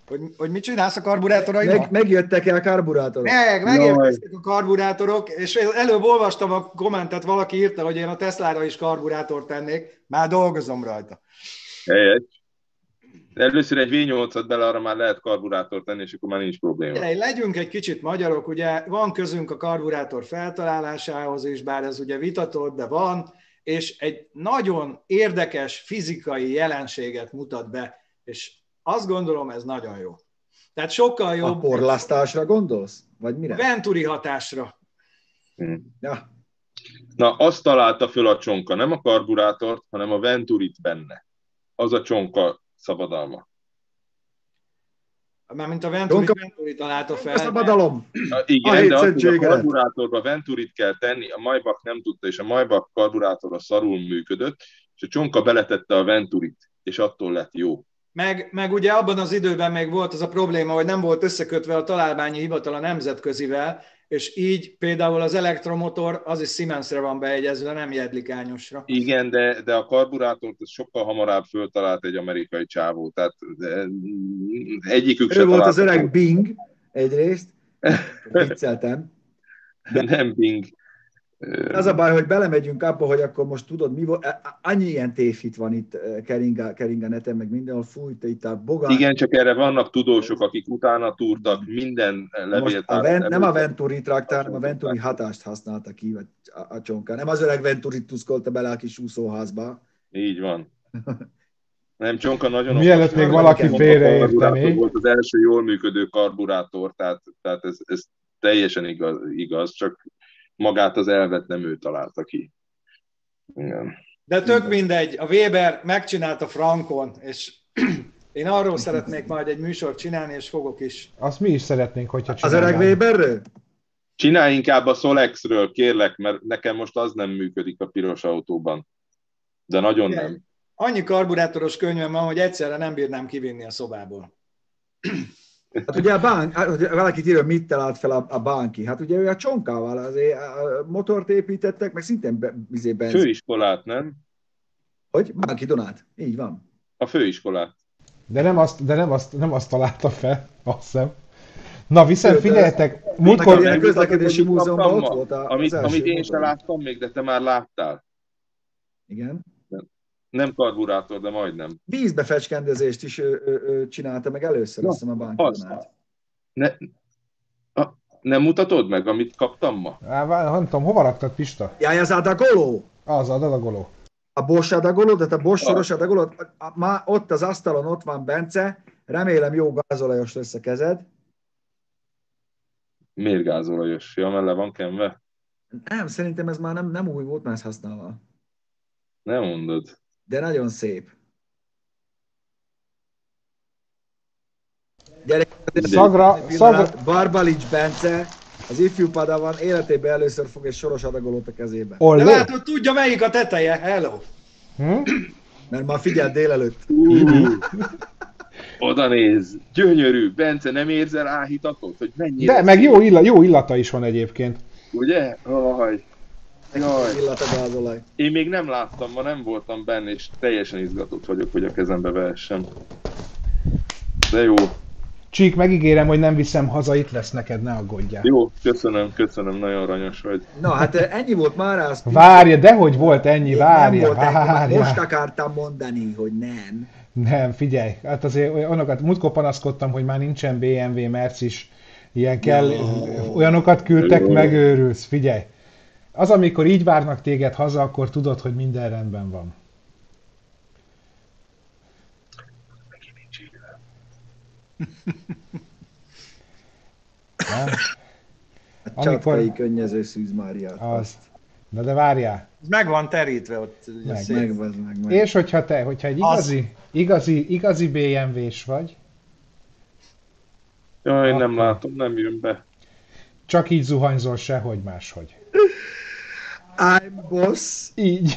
Hogy, hogy mit csinálsz a karburátoraival? Meg, megjöttek-e a karburátorok? Meg, megérkeztek a karburátorok, és előbb olvastam a kommentet, valaki írta, hogy én a Teslára is karburátort tennék, már dolgozom rajta. Helyes. Először egy vé nyolcat bele, arra már lehet karburátort tenni, és akkor már nincs probléma. Egy, legyünk egy kicsit magyarok, ugye van közünk a karburátor feltalálásához is, bár ez ugye vitatott, de van, és egy nagyon érdekes fizikai jelenséget mutat be, és azt gondolom, ez nagyon jó. Tehát sokkal jobb... A porlasztásra gondolsz? Vagy mire? A Venturi hatásra. Hmm. Ja. Na, azt találta föl a csonka, nem a karburátort, hanem a Venturit benne. Az a csonka szabadalma. Mármint a Venturi, Csonka... Venturi találta fel. A szabadalom! A, igen, de azt, hogy a karburátorba Venturit kell tenni, a Maybach nem tudta, és a Maybach karburátora szarul működött, és a csonka beletette a Venturit, és attól lett jó. Meg, meg ugye abban az időben még volt az a probléma, hogy nem volt összekötve a találmányi hivatal a nemzetközivel, és így például az elektromotor, az is Siemensre van beegyezve, nem jedlikányosra. Igen, de, de a karburátort sokkal hamarabb föltalált egy amerikai csávó, tehát egyikük se volt az öreg Bing egyrészt, vicceltem. De... Nem Bing. Az a baj, hogy belemegyünk abba, hogy akkor most tudod, mi volt, annyi ilyen tévhit van itt kering, kering a neten, meg mindenhol fújt, itt a bogán. Igen, csak erre vannak tudósok, akik utána túrtak minden levéltárat. A Ven, nem a Venturi traktár, hanem a Venturi hatást használta ki vagy a, a csonka. Nem az öreg Venturit tuszkolta bele a kis úszóházba. Így van. Nem, csonka nagyon... Mielőtt még valaki félreértené. Volt az első jól működő karburátor, tehát, tehát ez, ez teljesen igaz, igaz, csak magát az elvet nem ő találta ki. Igen. De tök mindegy, a Weber megcsinálta frankon, és én arról szeretnék majd egy műsort csinálni, és fogok is. Azt mi is szeretnénk, hogyha csinálnánk. Az öreg Weberről? Csinálj inkább a Solexről, kérlek, mert nekem most az nem működik a piros autóban. De nagyon Igen. nem. Annyi karburátoros könyvem van, hogy egyszerre nem bírnám kivinni a szobából. Hát ugye a bank, valaki írja, mit talált fel a, a banki. Hát ugye ő a csonkával azért a motort építettek, meg szintén be, benzin. Főiskolát, nem? Hogy? Banki Donát. Így van. A főiskolát. De nem azt, de nem azt, nem azt találta fel, azt hiszem. Na, viszont figyeljetek, múltkor... A közlekedési múzeumban ott volt a, amit, amit én sem láttam még, de te már láttál. Igen. Nem karburátor, de majdnem. Vízbefecskendezést is ő, ő, ő csinálta meg először, azt hiszem a bankidonát. Ne, a, nem mutatod meg, amit kaptam ma? Á, nem tudom, hova raktad, Pista? Jaj, az adagoló! Az adagoló. A Bosch adagoló, tehát a Bosch soros adagoló, már ott az asztalon ott van Bence, remélem jó gázolajos lesz a kezed. Miért gázolajos? Ja, mert le van kenve? Nem, szerintem ez már nem, nem új volt, már ezt használva. Nem mondod. De nagyon szép. Gyerek, szagra, szagra... Barbalics Bence, az ifjú padavan életében először fog egy soros adagolót a kezébe. Olé. De látod, tudja melyik a teteje, hello! Hm? Mert már figyeld délelőtt. Uh, oda néz, gyönyörű, Bence, nem érzel áhítatot, hogy mennyire... De, meg jó, illa, jó illata is van egyébként. Ugye? Aj. Jaj. Illatagázolaj. Én még nem láttam, ma nem voltam benne, és teljesen izgatott vagyok, hogy a kezembe vehessem. De jó. Csík, megígérem, hogy nem viszem haza, itt lesz neked, ne aggódjál. Jó, köszönöm, köszönöm, nagyon aranyos vagy. Na, hát ennyi volt már az. Várja, dehogy volt ennyi, várja, nem volt várja. Ennyi, most akartam mondani, hogy nem. Nem, figyelj, hát azért olyanokat, múltkor panaszkodtam, hogy már nincsen bé em vé, Mercis, ilyen kell, oh. olyanokat küldtek, oh. megőrülsz, figyelj. Az, amikor így várnak téged haza, akkor tudod, hogy minden rendben van. Nem? A csatkai könnyező Szűz Máriát. Azt. Na de várjál. Meg van terítve ott. Meg, meg, meg, meg, meg. És hogyha te, hogyha egy igazi, igazi, igazi bé em vés vagy. Jaj, akkor... nem látom, nem jön be. Csak így zuhanyzol, sehogy máshogy. I'm boss. Így.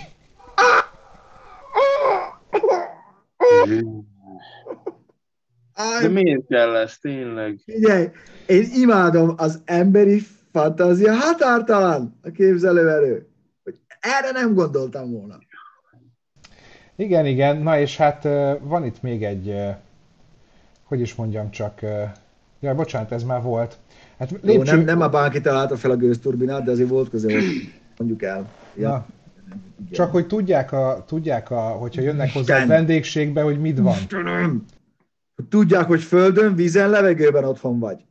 De miért kell ez, tényleg? Figyelj, én imádom az emberi fantázia határtalan a képzelőerő. Hogy erre nem gondoltam volna. Igen, igen. Na és hát van itt még egy hogy is mondjam csak, jaj, bocsánat, ez már volt. Hát Jó, lépcső... nem, nem a bánki találta fel a gőzturbinát, de azért volt köze, hogy mondjuk el. Ja. Na, csak hogy tudják, a, tudják a, hogyha jönnek hozzá Isten. a vendégségbe, hogy mit van. Istenem! Tudják, hogy földön, vízen, levegőben otthon vagy.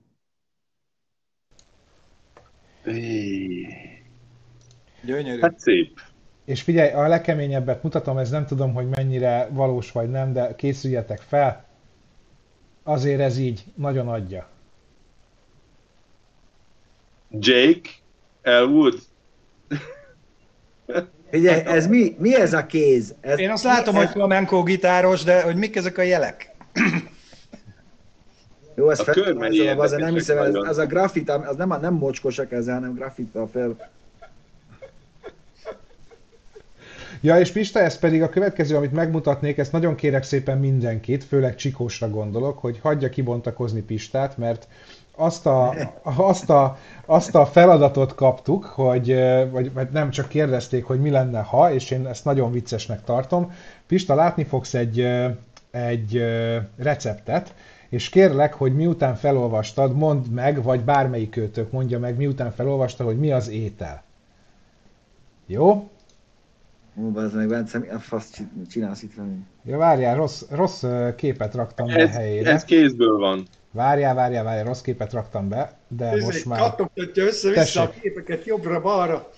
Gyönyörű. Hát szép. És figyelj, a legkeményebbet mutatom, ez nem tudom, hogy mennyire valós vagy nem, de készüljetek fel. Azért ez így nagyon adja. Jake Elwood. Figyelj, ez mi? Mi ez a kéz? Ez, Én azt látom, ez... hogy flamenco gitáros, de hogy mik ezek a jelek? Jó, ez A kör mennyi fel, az nem érdekesek hiszem, ez, nagyon. az a grafit, az nem, a, nem mocskosak ezzel, hanem grafittal fel. Ja, és Pista, ez pedig a következő, amit megmutatnék, ezt nagyon kérek szépen mindenkit, főleg Csikósra gondolok, hogy hagyja kibontakozni Pistát, mert azt a, azt a, azt a feladatot kaptuk, hogy, vagy, vagy nem csak kérdezték, hogy mi lenne ha, és én ezt nagyon viccesnek tartom. Pista, látni fogsz egy, egy receptet, és kérlek, hogy miután felolvastad, mondd meg, vagy bármelyik őtök mondja meg, miután felolvasta, hogy mi az étel. Jó? Ó, bazd meg, Bence, mi a fasz csinálsz itt velünk? Ja, várjál, rossz, rossz képet raktam be Ez, helyére. ez kézből van. Várjál, várjál, várjál, rossz képet raktam be, de Ez most már... kattogtatja össze-vissza a Tessék. képeket jobbra-balra.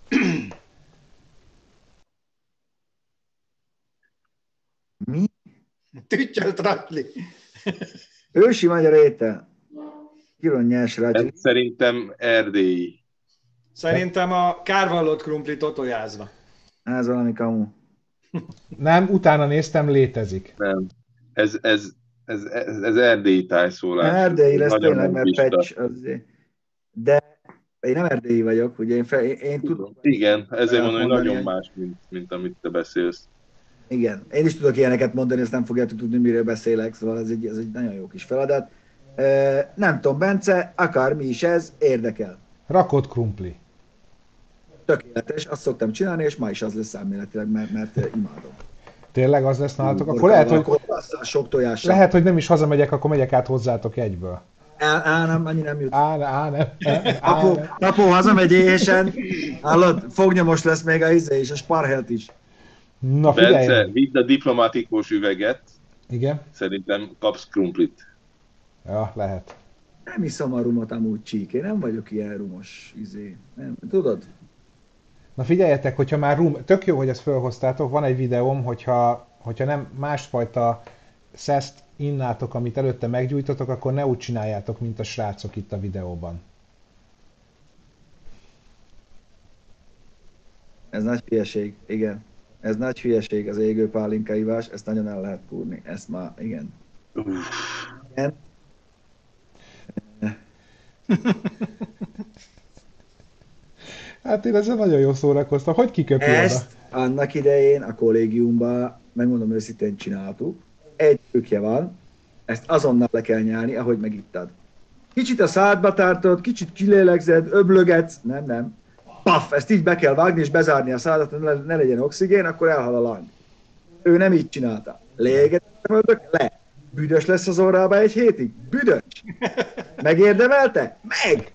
Mi? Tüttyölt ratli. Ősi magyar étel. Kiron nyers rá. Ez szerintem erdélyi. Szerintem a kárvallott krumpli totojázva. Ez valami kamu. Nem, utána néztem, létezik. Nem. Ez, ez, ez, ez, ez erdélyi tájszólás. Erdélyi lesz Nagyon tényleg, mert lingvista. pecs. Azért. De én nem erdélyi vagyok, ugye én, fe, én, én tudom. Igen, ezért mondom, hogy mondani, nagyon hogy- más, mint, mint amit te beszélsz. Igen, én is tudok ilyeneket mondani, ezt nem fogjátok tudni, miről beszélek, szóval ez egy, ez egy nagyon jó kis feladat. E, nem tudom, Bence, akármi is ez, érdekel. Rakott krumpli. Tökéletes, azt szoktam csinálni, és ma is az lesz elméletileg, mert, mert eh, imádom. Tényleg az lesz nálatok? Akkor lehet, hogy, Kolbásszal, sok tojással. lehet, hogy nem is hazamegyek, akkor megyek át hozzátok egyből. Á, á, nem, annyi nem jut. Á, á, nem. Á, Apó, nem. apó hazamegy éhesen, hallod, fognyomos lesz még a izé és a sparhelt is. Na Bence, figyelj! vidd a diplomatikus üveget, Igen? szerintem kapsz krumplit. Ja, lehet. Nem iszom a rumot amúgy csík, én nem vagyok ilyen rumos izé. Nem, tudod? Na figyeljetek, hogyha már rum, tök jó, hogy ezt felhoztátok, van egy videóm, hogyha, hogyha nem másfajta szeszt innátok, amit előtte meggyújtotok, akkor ne úgy csináljátok, mint a srácok itt a videóban. Ez nagy hülyeség, igen. Ez nagy hülyeség, az égő pálinkaivás, ezt nagyon el lehet kúrni. Ezt már, igen. igen. Hát én ezzel nagyon jól szórakoztam. Hogy kiköpi oda? Ezt annak idején a kollégiumban, megmondom őszintén, csináltuk. Egy trükkje van, ezt azonnal le kell nyelni, ahogy megittad. Kicsit a szádba tartod, kicsit kilélegzed, öblögetsz, nem, nem. Paf, ezt így be kell vágni és bezárni a szádat, hogy ne, ne legyen oxigén, akkor elhal a lang. Ő nem így csinálta. Légetem, le. Büdös lesz az orrába egy hétig. Büdös. Megérdemelte? Meg!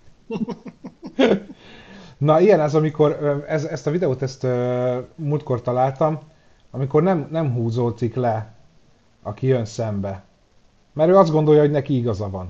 Na, ilyen az, amikor ö, ez, ezt a videót ezt ö, múltkor találtam, amikor nem, nem húzódik le, aki jön szembe. Mert ő azt gondolja, hogy neki igaza van.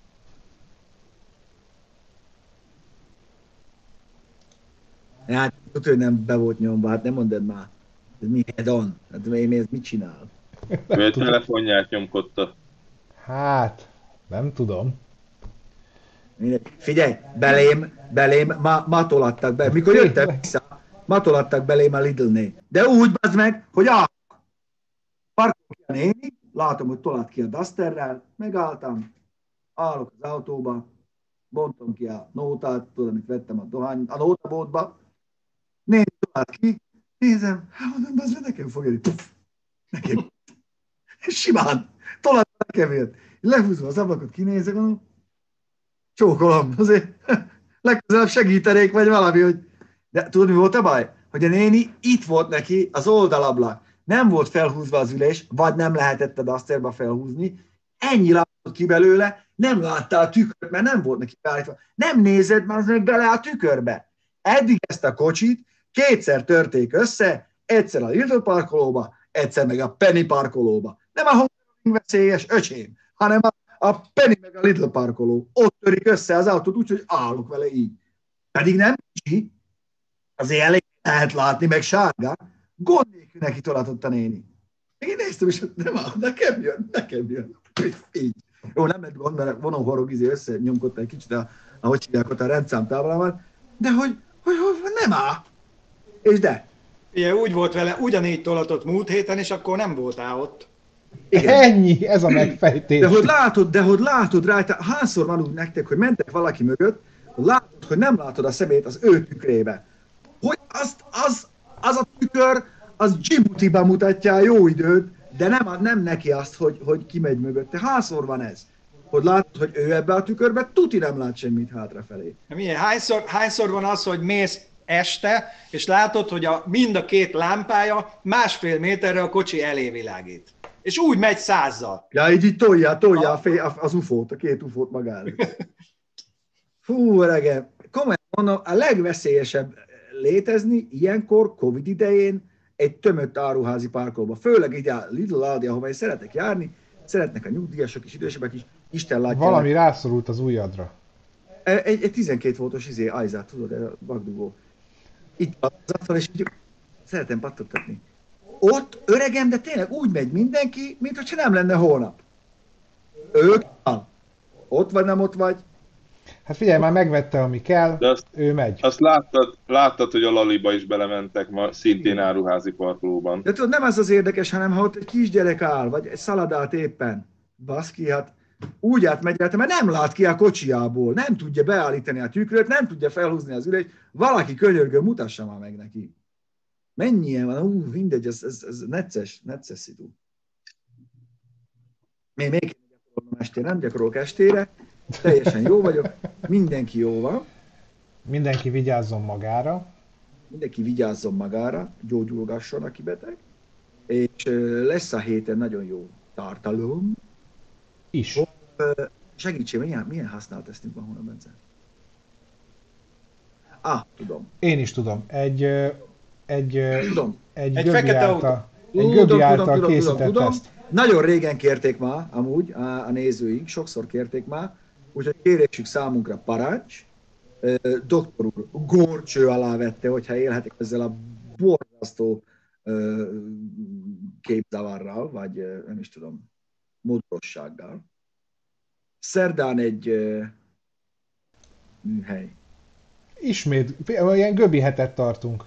Hát, tudod, hogy nem be volt nyomva, hát nem mondod már. Ez mi head on? Hát én ez mit csinál? Ő a telefonját nyomkodta. Hát, nem tudom. Mindegy. Figyelj, belém, belém, ma, ma tolattak be. Mikor jöttem vissza, ma tolattak belém a Lidl-nél. De úgy, bazd meg, hogy a parkol ki a néni, látom, hogy tolat ki a Dusterrel, megálltam, állok az autóba, bontom ki a nótát, tudod, amit vettem a dohány, a nótabótba, néni tolat ki, nézem, hát mondom, bazd meg, nekem fog jönni, puff, nekem, simán, tolat nekem jött. Lehúzva az ablakot, kinézek, mondom, csókolom, azért legközelebb segítenék, vagy valami, hogy... De tudod, mi volt a baj? Hogy a néni itt volt neki az oldalablak. Nem volt felhúzva az ülés, vagy nem lehetett a Dusterba felhúzni, Ennyi látott ki belőle, nem láttál a tükröt, mert nem volt neki beállítva. Nem nézed már meg bele a tükörbe. Eddig ezt a kocsit kétszer törték össze, egyszer a Lidl parkolóba, egyszer meg a Penny parkolóba. Nem a Hungaroring veszélyes, öcsém, hanem a, a Penny meg a Lidl parkoló. Ott törik össze az autót, úgyhogy állok vele így. Pedig nem kicsi, azért elég lehet látni, meg sárga. Gond nélkül neki tolatott a néni. Én néztem, és nem áll, nekem jön, nekem jön. Így. Jó, nem lett gond, mert vonóhorog izé összenyomkodta egy kicsit a, ahogy hívják ott a rendszám táblával, de hogy, hogy, hogy nem áll. És de. Ugye úgy volt vele, ugyanígy tolatott múlt héten, és akkor nem voltál ott. Igen. Ennyi, ez a megfejtés. De hogy látod, de hogy látod rajta, hányszor van úgy nektek, hogy mentek valaki mögött, látod, hogy nem látod a szemét az ő tükrébe. Hogy azt, az, az a tükör, az Djibouti-ba mutatja a jó időt, de nem, nem neki azt, hogy, hogy kimegy mögötte. Hányszor van ez? Hogy látod, hogy ő ebbe a tükörbe tuti nem lát semmit hátrafelé. Milyen, hányszor, hányszor van az, hogy mész este, és látod, hogy a, mind a két lámpája másfél méterre a kocsi elé világít. És úgy megy százzal. Ja, így, így tolja, tolja a fél, az ufót, a két ufót magára. Fú, öregem, komolyan mondom, a legveszélyesebb létezni ilyenkor, Covid idején, egy tömött áruházi parkolóba. Főleg így a Lidl, Aldi, ahova én szeretek járni, szeretnek a nyugdíjasok is, idősebbek is, Isten látja. Valami meg. Rászorult az ujjadra. Egy, egy tizenkét voltos izé, ajzát, tudod, a bagdugó. Itt az asztal, és így szeretem pattogtatni. Ott öregem, de tényleg úgy megy mindenki, mint hogyha nem lenne holnap. Ők van. Ott vagy, nem ott vagy. Hát figyelj, már megvette, ami kell, de azt, ő megy. Azt láttad, láttad, hogy a Laliba is belementek ma, szintén áruházi parkolóban. De tudod, nem az az érdekes, hanem ha ott egy kisgyerek áll, vagy egy szaladát éppen. Baszki, hát úgy átmegy rá, mert nem lát ki a kocsiából, nem tudja beállítani a tükröt, nem tudja felhúzni az üreit, valaki könyörgő, mutassa már meg neki. Mennyien van, ú, mindegy, ez, ez, ez necces, necces szitu. Még még gyakorolom estére, nem gyakorolok estére, teljesen jó vagyok, mindenki jó van. Mindenki vigyázzon magára. Mindenki vigyázzon magára, gyógyulgasson, aki beteg. És lesz a héten nagyon jó tartalom. Is. Segítsél, milyen, milyen használt tesztünk van Hóna Bence? Ah, tudom. Én is tudom. Egy, egy, tudom. egy, egy Göbi fekete által, autó. egy Göbi Tudom, által tudom, készített tudom, tudom. teszt. Nagyon régen kérték már, amúgy, a, a nézőink, sokszor kérték már, úgyhogy kérésük számunkra parancs. Doktor úr górcső alá vette, hogyha élhetik ezzel a borzasztó képzavarral, vagy nem is tudom, modrossággal. Szerdán egy műhely. Ismét, ilyen Göbi hetet tartunk.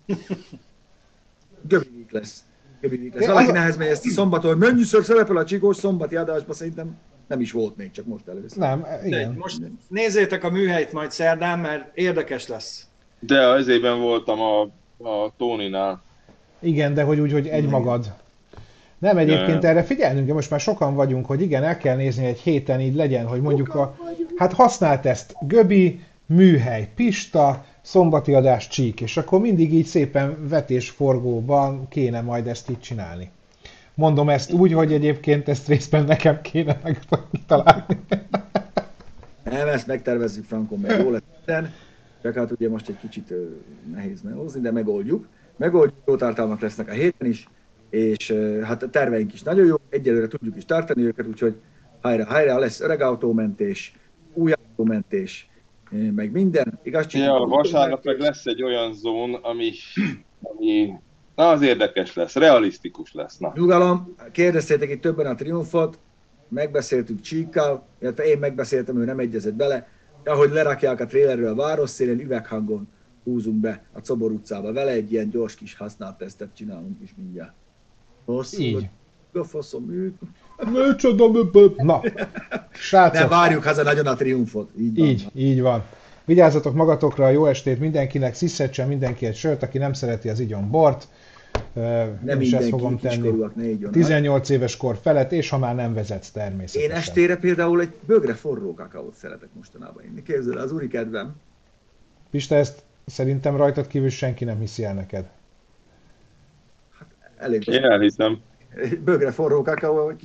Göbi week lesz. Göbi week lesz. Valaki nehez megy ezt a szombaton, hogy mennyiszor szerepel a Csikós szombati adásban, szerintem nem is volt még, csak most először. Nem, igen. De most nézzétek a műhelyt majd szerdán, mert érdekes lesz. De ezében voltam a, a Tóninál. Igen, de hogy úgy, hogy egy magad. Nem, egyébként erre figyelnünk, de most már sokan vagyunk, hogy igen, el kell nézni egy héten, így legyen, hogy mondjuk a, hát használt ezt Göbi, műhely, Pista, szombati adás Csík, és akkor mindig így szépen vetésforgóban kéne majd ezt így csinálni. Mondom ezt úgy, hogy egyébként ezt részben nekem kéne megtalálni. Nem, ezt megtervezzük Frankon, meg jó lesz. Csak hát ugye most egy kicsit nehéz meghozni, de megoldjuk. Megoldjuk, jó tartalmak lesznek a héten is, és hát a terveink is nagyon jó, egyelőre tudjuk is tartani őket, úgyhogy hajrá, hajrá, lesz öreg autómentés, új autómentés, meg minden, igaz? Ja, vasárnap meg lesz egy olyan zón, ami, ami na, az érdekes lesz, realisztikus lesz. Na. Nyugalom, kérdeztétek itt többen a Triumfot, megbeszéltük Csíkkal, illetve én megbeszéltem, ő nem egyezett bele, ahogy lerakják a trailerről a városszélen, üveghangon húzunk be a Czobor utcába vele, egy ilyen gyors kis használt tesztet csinálunk is mindjárt. Hosszú, így. A faszom, ők. Na, srácok. Ne várjuk haza nagyon a Triumfot. Így van. Így, így van. Vigyázzatok magatokra, jó estét mindenkinek, sziszedsen mindenki egy sört, aki nem szereti az igyon bort. Nem is ezt fogom tenni. tizennyolc éves kor felett, és ha már nem vezetsz természetesen. Én estére például egy bögre forró kakaót szeretek mostanában inni. Képzeld, az úri kedvem. Pista, ezt szerintem rajtad kívül senki nem hiszi el neked. Hát elég. Én elhiszem. Bögre forró kakaó, egy kis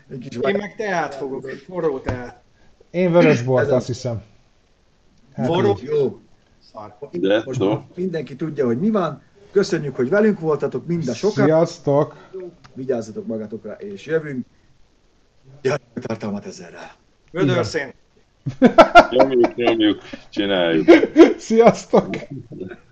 Egy kis Én meg teát fogok, egy forró teát. Én vörösbort, azt hiszem. Hát Forró? így. Jó. Szar. De, Most no. mindenki tudja, hogy mi van. Köszönjük, hogy velünk voltatok, mind a sokan. Sziasztok! Vigyázzatok magatokra, és jövünk. Járjuk tartalmat ezzel rá. Vödörszén. Nyomjuk, nyomjuk, csináljuk. Sziasztok!